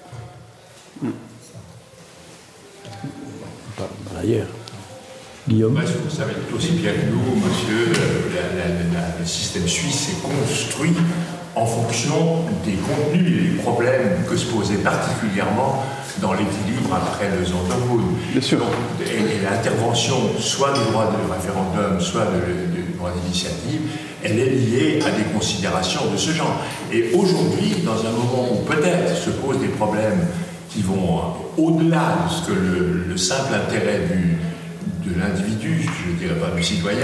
Par, par ailleurs. Guillaume. Parce que vous savez tout aussi bien que nous, monsieur, la, la, la, le système suisse est construit en fonction des contenus et des problèmes que se posaient particulièrement dans l'équilibre après le Sonderboom. Bien sûr. Donc, et, et l'intervention, soit du droit de référendum, soit du droit d'initiative, elle est liée à des considérations de ce genre. Et aujourd'hui, dans un moment où peut-être se posent des problèmes qui vont au-delà de ce que le, le simple intérêt du de l'individu, je ne dirais pas du citoyen,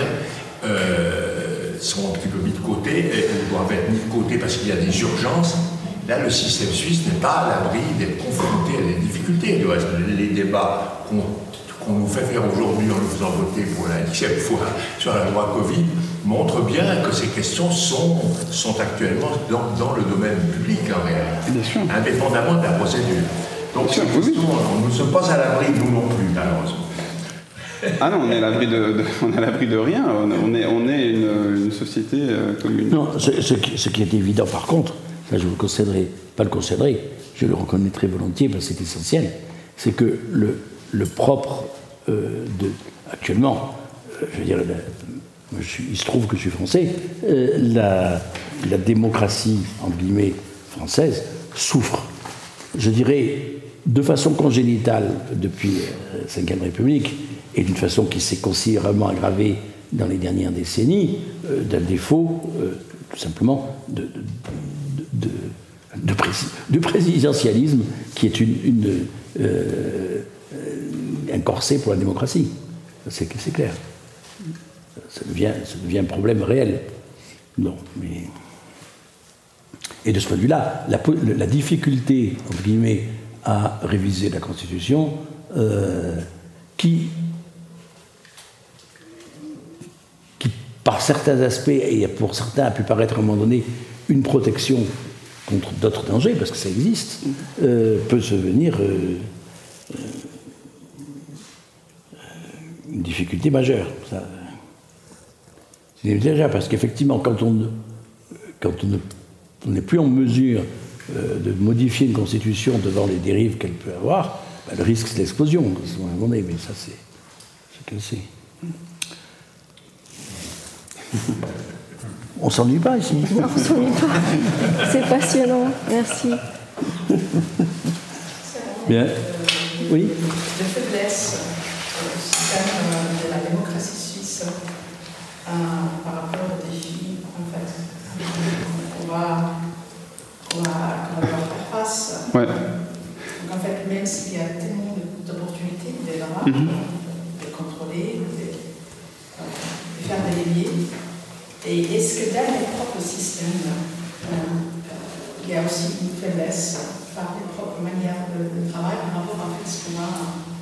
euh, sont un petit peu mis de côté, et doivent être mis de côté parce qu'il y a des urgences. Là, le système suisse n'est pas à l'abri d'être confronté à des difficultés. Les débats qu'on, qu'on nous fait faire aujourd'hui en nous faisant voter pour la dixième fois sur la loi Covid montrent bien que ces questions sont, sont actuellement dans, dans le domaine public, en réalité, bien sûr, indépendamment de la procédure. Donc, sûr, questions, oui. nous ne sommes pas à l'abri, nous non plus, malheureusement. Ah non, on est à l'abri de, de, on est à l'abri de rien. On est, on est une, une société euh, commune. Non, ce, ce, qui, ce qui est évident, par contre, ça je vous le concéderai, pas le concéderai, je le reconnaîtrai volontiers parce que c'est essentiel, c'est que le, le propre euh, de actuellement, euh, je veux dire, la, je suis, il se trouve que je suis français, euh, la, la démocratie entre guillemets française souffre, je dirais, de façon congénitale depuis la cinquième République, et d'une façon qui s'est considérablement aggravée dans les dernières décennies, euh, d'un défaut, euh, tout simplement, de, de, de, de, prési, de présidentialisme qui est une, une, euh, un corset pour la démocratie. C'est, c'est clair. Ça devient, ça devient un problème réel. Non, mais... Et de ce point de vue-là, la, la difficulté, entre guillemets, à réviser la Constitution, euh, qui... par certains aspects, et pour certains a pu paraître à un moment donné une protection contre d'autres dangers, parce que ça existe, euh, peut se venir euh, euh, une difficulté majeure. Ça, c'est déjà parce qu'effectivement, quand on ne, quand on ne, on n'est plus en mesure euh, de modifier une constitution devant les dérives qu'elle peut avoir, bah, le risque c'est l'explosion, à un moment donné, mais ça c'est ce que c'est. On s'ennuie pas ici. Non, on s'ennuie pas. C'est passionnant. Merci. Bien. Oui. De faiblesse du système de la démocratie suisse. Ouais. Donc en fait, même s'il y a tellement d'opportunités, de là, Mm-hmm. de contrôler, de, de faire des leviers, et est-ce que dans les propres systèmes, euh, il y a aussi une faiblesse par les propres manières de, de travail par rapport à ce qu'on a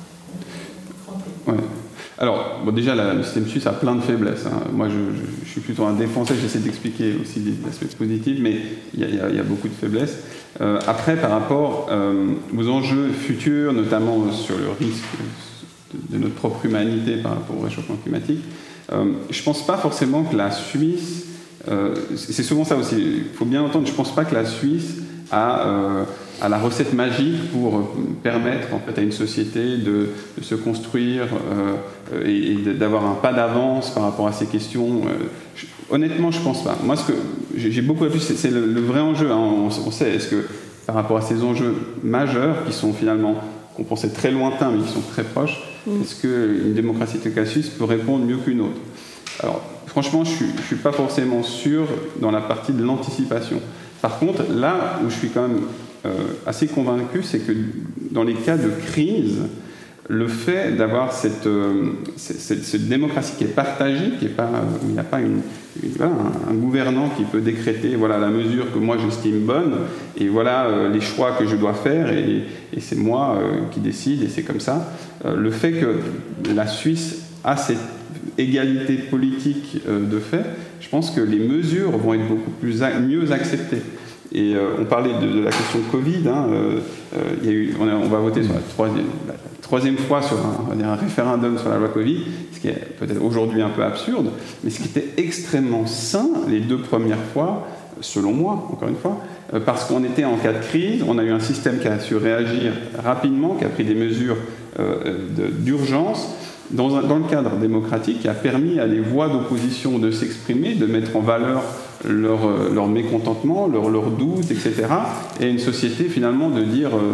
compris? Ouais. Alors, bon, déjà, la, le système suisse a plein de faiblesses. Hein. Moi, je, je, je suis plutôt un défenseur, j'essaie d'expliquer aussi des aspects positifs, mais il y, y, y a beaucoup de faiblesses. Euh, après, par rapport euh, aux enjeux futurs, notamment sur le risque de, de notre propre humanité par rapport au réchauffement climatique, euh, je ne pense pas forcément que la Suisse, euh, c'est souvent ça aussi, il faut bien entendre, je ne pense pas que la Suisse a... Euh, à la recette magique pour permettre en fait à une société de, de se construire euh, et, et d'avoir un pas d'avance par rapport à ces questions. Je, honnêtement, je pense pas. Moi, ce que j'ai beaucoup appris, c'est, c'est le, le vrai enjeu. Hein. On, on sait, est-ce que par rapport à ces enjeux majeurs qui sont finalement qu'on pensait très lointains mais qui sont très proches, mmh. est-ce qu'une démocratie telle que la Suisse peut répondre mieux qu'une autre? Alors, franchement, je suis, je suis pas forcément sûr dans la partie de l'anticipation. Par contre, là où je suis quand même Euh, assez convaincu, c'est que dans les cas de crise, le fait d'avoir cette, euh, cette, cette démocratie qui est partagée, qui est pas, il n'y a pas une, une, voilà, un, un gouvernant qui peut décréter voilà la mesure que moi j'estime bonne et voilà euh, les choix que je dois faire et, et c'est moi euh, qui décide et c'est comme ça. Euh, le fait que la Suisse a cette égalité politique euh, de fait, je pense que les mesures vont être beaucoup plus a- mieux acceptées. Et euh, on parlait de, de la question Covid. Hein, euh, euh, y a eu, on, a, on va voter sur la troisième, la troisième fois sur un, on va dire un référendum sur la loi Covid, ce qui est peut-être aujourd'hui un peu absurde, mais ce qui était extrêmement sain les deux premières fois, selon moi, encore une fois, euh, parce qu'on était en cas de crise, on a eu un système qui a su réagir rapidement, qui a pris des mesures euh, de, d'urgence, dans, un, dans le cadre démocratique, qui a permis à des voix d'opposition de s'exprimer, de mettre en valeur leur, leur mécontentement, leurs leur doutes, et cetera. Et une société, finalement, de dire euh,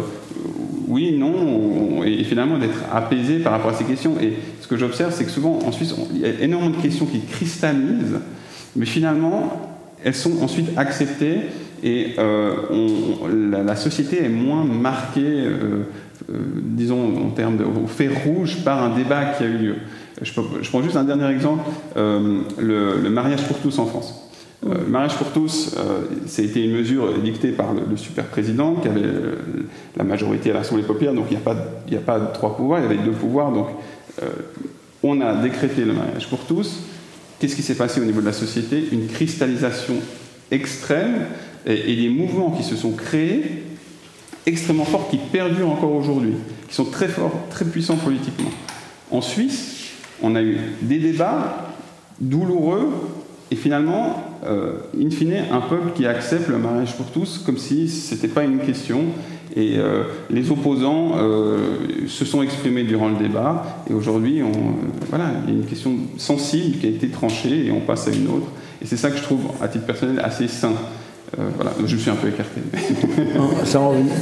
oui, non, on, et finalement d'être apaisé par rapport à ces questions. Et ce que j'observe, c'est que souvent, en Suisse, il y a énormément de questions qui cristallisent, mais finalement, elles sont ensuite acceptées et euh, on, la, la société est moins marquée, euh, euh, disons, en termes de au fer rouge par un débat qui a eu lieu. Je, je prends juste un dernier exemple, euh, le, le mariage pour tous en France. Euh, le mariage pour tous, euh, ça a été une mesure dictée par le, le super président qui avait euh, la majorité à l'Assemblée populaire, donc il n'y a pas, il n'y a pas trois pouvoirs, il y avait deux pouvoirs, donc euh, on a décrété le mariage pour tous. Qu'est-ce qui s'est passé au niveau de la société? Une cristallisation extrême et, et des mouvements qui se sont créés extrêmement forts, qui perdurent encore aujourd'hui, qui sont très forts, très puissants politiquement. En Suisse, on a eu des débats douloureux et finalement, euh, in fine, un peuple qui accepte le mariage pour tous comme si ce n'était pas une question. Et euh, les opposants euh, se sont exprimés durant le débat. Et aujourd'hui, on, euh, voilà, il y a une question sensible qui a été tranchée et on passe à une autre. Et c'est ça que je trouve, à titre personnel, assez sain. Euh, voilà, je me suis un peu écarté. Non, sans revenir.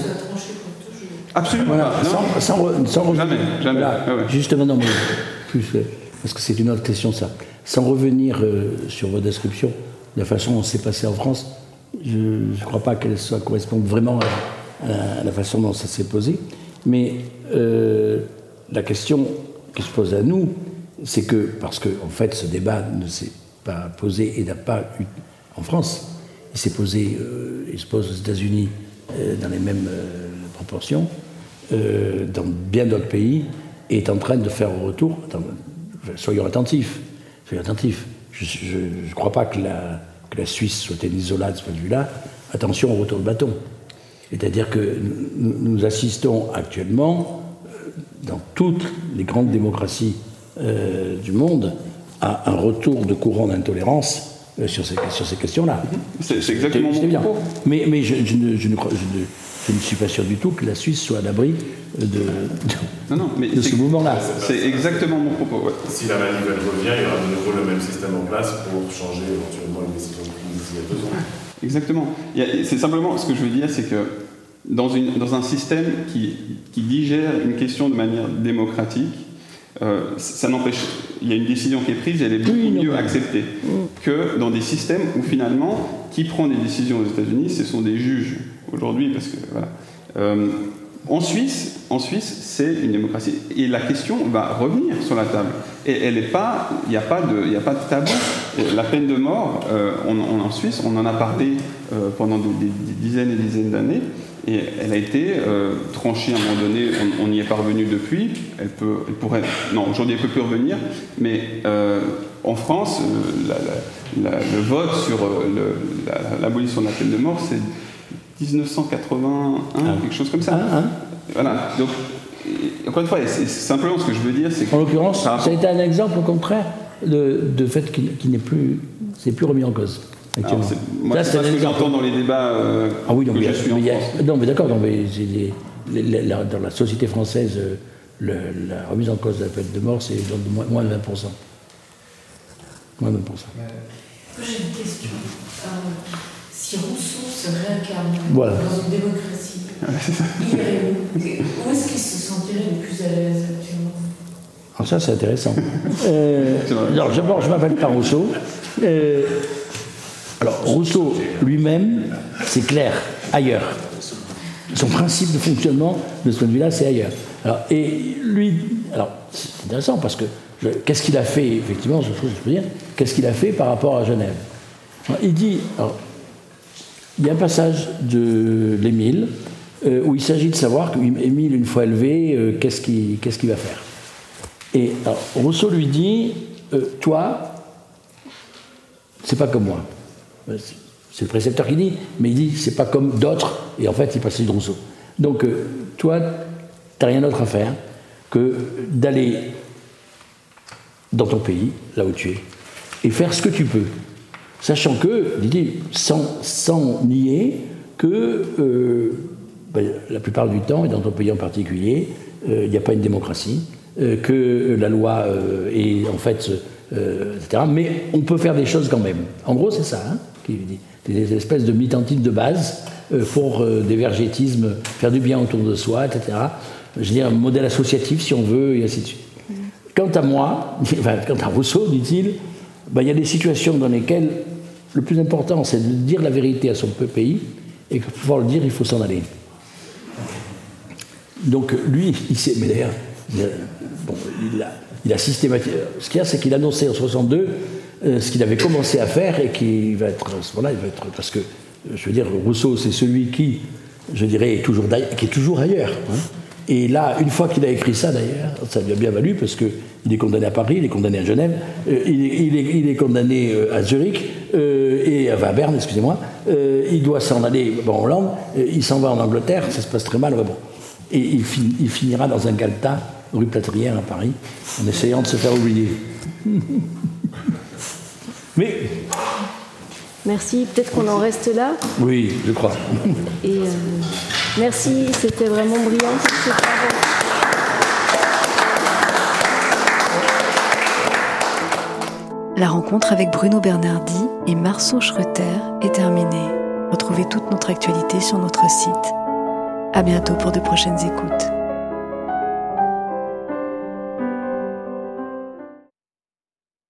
Absolument. Voilà, sans, sans, sans revenir. Jamais, jamais. Voilà, ah ouais. Justement, non, mais plus, parce que c'est une autre question, ça. Sans revenir euh, sur vos descriptions, de la façon dont c'est passé en France, je ne crois pas qu'elle soit corresponde vraiment à, à la façon dont ça s'est posé. Mais euh, la question qui se pose à nous, c'est que, parce que en fait, ce débat ne s'est pas posé et n'a pas eu en France, il s'est posé, euh, il se pose aux États-Unis euh, dans les mêmes euh, proportions, euh, dans bien d'autres pays, et est en train de faire au retour. Attends, soyons attentifs, soyons attentifs. Je ne crois pas que la, que la Suisse soit un isolat de ce point de vue-là. Attention au retour de bâton. C'est-à-dire que nous, nous assistons actuellement, euh, dans toutes les grandes démocraties euh, du monde, à un retour de courant d'intolérance euh, sur, ces, sur ces questions-là. C'est, c'est exactement c'est, mon bien. propos. Mais, mais je, je, ne, je, ne crois, je, ne, je ne suis pas sûr du tout que la Suisse soit à l'abri de, de, non, non, mais de ce mouvement-là. C'est exactement mon propos. Ouais. Si la manivelle revient, il y aura de nouveau le même système en place pour changer éventuellement les décisions prises il y a deux ans. Exactement. Il y a, c'est simplement ce que je veux dire, c'est que dans, une, dans un système qui, qui digère une question de manière démocratique, euh, ça n'empêche. Il y a une décision qui est prise et elle est beaucoup oui, mieux acceptée que dans des systèmes où finalement, qui prend des décisions aux États-Unis, ce sont des juges aujourd'hui, parce que voilà. Euh, en Suisse, en Suisse, c'est une démocratie. Et la question va revenir sur la table. Et elle est pas, il n'y a pas de, il n'y a pas de tabou. La peine de mort, euh, on, on, en Suisse, on en a parlé euh, pendant des, des dizaines et des dizaines d'années. Et elle a été euh, tranchée à un moment donné, on, on y est parvenu depuis, elle, peut, elle pourrait, non, aujourd'hui elle ne peut plus revenir, mais euh, en France, euh, la, la, la, le vote sur euh, le, la, l'abolition de la peine de mort, c'est dix-neuf cent quatre-vingt-un, ah. quelque chose comme ça. Ah, ah. Voilà, donc, et, encore une fois, c'est, c'est simplement ce que je veux dire, c'est que... En l'occurrence, ça a été un exemple au contraire de, de fait qu'il, qu'il n'est plus, c'est plus remis en cause. Alors, c'est, moi, là, c'est, c'est pas ce que j'entends dans les débats euh, ah oui, donc, que je suis en mais France. A, non, mais d'accord, non, mais les, les, les, la, dans la société française, le, la remise en cause de la peine de mort, c'est de moins, moins de vingt pour cent. Moins de vingt pour cent. Moi, j'ai une question. Euh, si Rousseau se réincarne voilà. dans une démocratie, il irait où ? Où est-ce qu'il se sentirait le plus à l'aise actuellement ? Alors ça, c'est intéressant. euh, alors, d'abord, je ne m'appelle pas Rousseau. Euh, Alors, Rousseau lui-même, c'est clair, ailleurs. Son principe de fonctionnement, de ce point de vue-là, c'est ailleurs. Alors, et lui, alors, c'est intéressant parce que je, qu'est-ce qu'il a fait, effectivement, je peux dire, qu'est-ce qu'il a fait par rapport à Genève ? Alors, il dit, alors, il y a un passage de l'Émile euh, où il s'agit de savoir qu'Émile, une fois élevé, euh, qu'est-ce qu'il, qu'est-ce qu'il va faire ? Et alors, Rousseau lui dit, euh, toi, c'est pas comme moi. C'est le précepteur qui dit, mais il dit c'est pas comme d'autres, et en fait il passe de Rousseau. Donc euh, toi, t'as rien d'autre à faire que d'aller dans ton pays, là où tu es, et faire ce que tu peux, sachant que, il dit, sans, sans nier que euh, ben, la plupart du temps, et dans ton pays en particulier, il euh, n'y a pas une démocratie, euh, que la loi euh, est en fait, euh, et cetera. Mais on peut faire des choses quand même. En gros, c'est ça. Hein qui dit, des espèces de militantisme de base euh, pour euh, des vergétismes, faire du bien autour de soi, et cetera. Je veux dire, un modèle associatif, si on veut, et ainsi de suite. Mmh. Quant à moi, enfin, quant à Rousseau, dit-il, ben, il y a des situations dans lesquelles le plus important, c'est de dire la vérité à son pays, et que pour pouvoir le dire, il faut s'en aller. Donc, lui, il sait, mais d'ailleurs, il a, bon, il a, il a systématisé. Ce qu'il y a, c'est qu'il annonçait en soixante-deux Euh, ce qu'il avait commencé à faire et qui va être, voilà, il va être, parce que, je veux dire, Rousseau, c'est celui qui, je dirais, est toujours, qui est toujours ailleurs. Hein. Et là, une fois qu'il a écrit ça, d'ailleurs, ça lui a bien valu, parce qu'il est condamné à Paris, il est condamné à Genève, euh, il, est, il, est, il est condamné euh, à Zurich, euh, et, enfin à Berne, excusez-moi, euh, il doit s'en aller bon, en Hollande, euh, il s'en va en Angleterre, ça se passe très mal, ouais, bon. Et il, fin, il finira dans un galetas, rue Plâtrière à Paris, en essayant de se faire oublier. Mais... Merci, peut-être qu'on en reste là. Oui, je crois. Et euh, merci, c'était vraiment brillant. La rencontre avec Bruno Bernardi et Marceau Schroeter est terminée. Retrouvez toute notre actualité sur notre site. À bientôt pour de prochaines écoutes.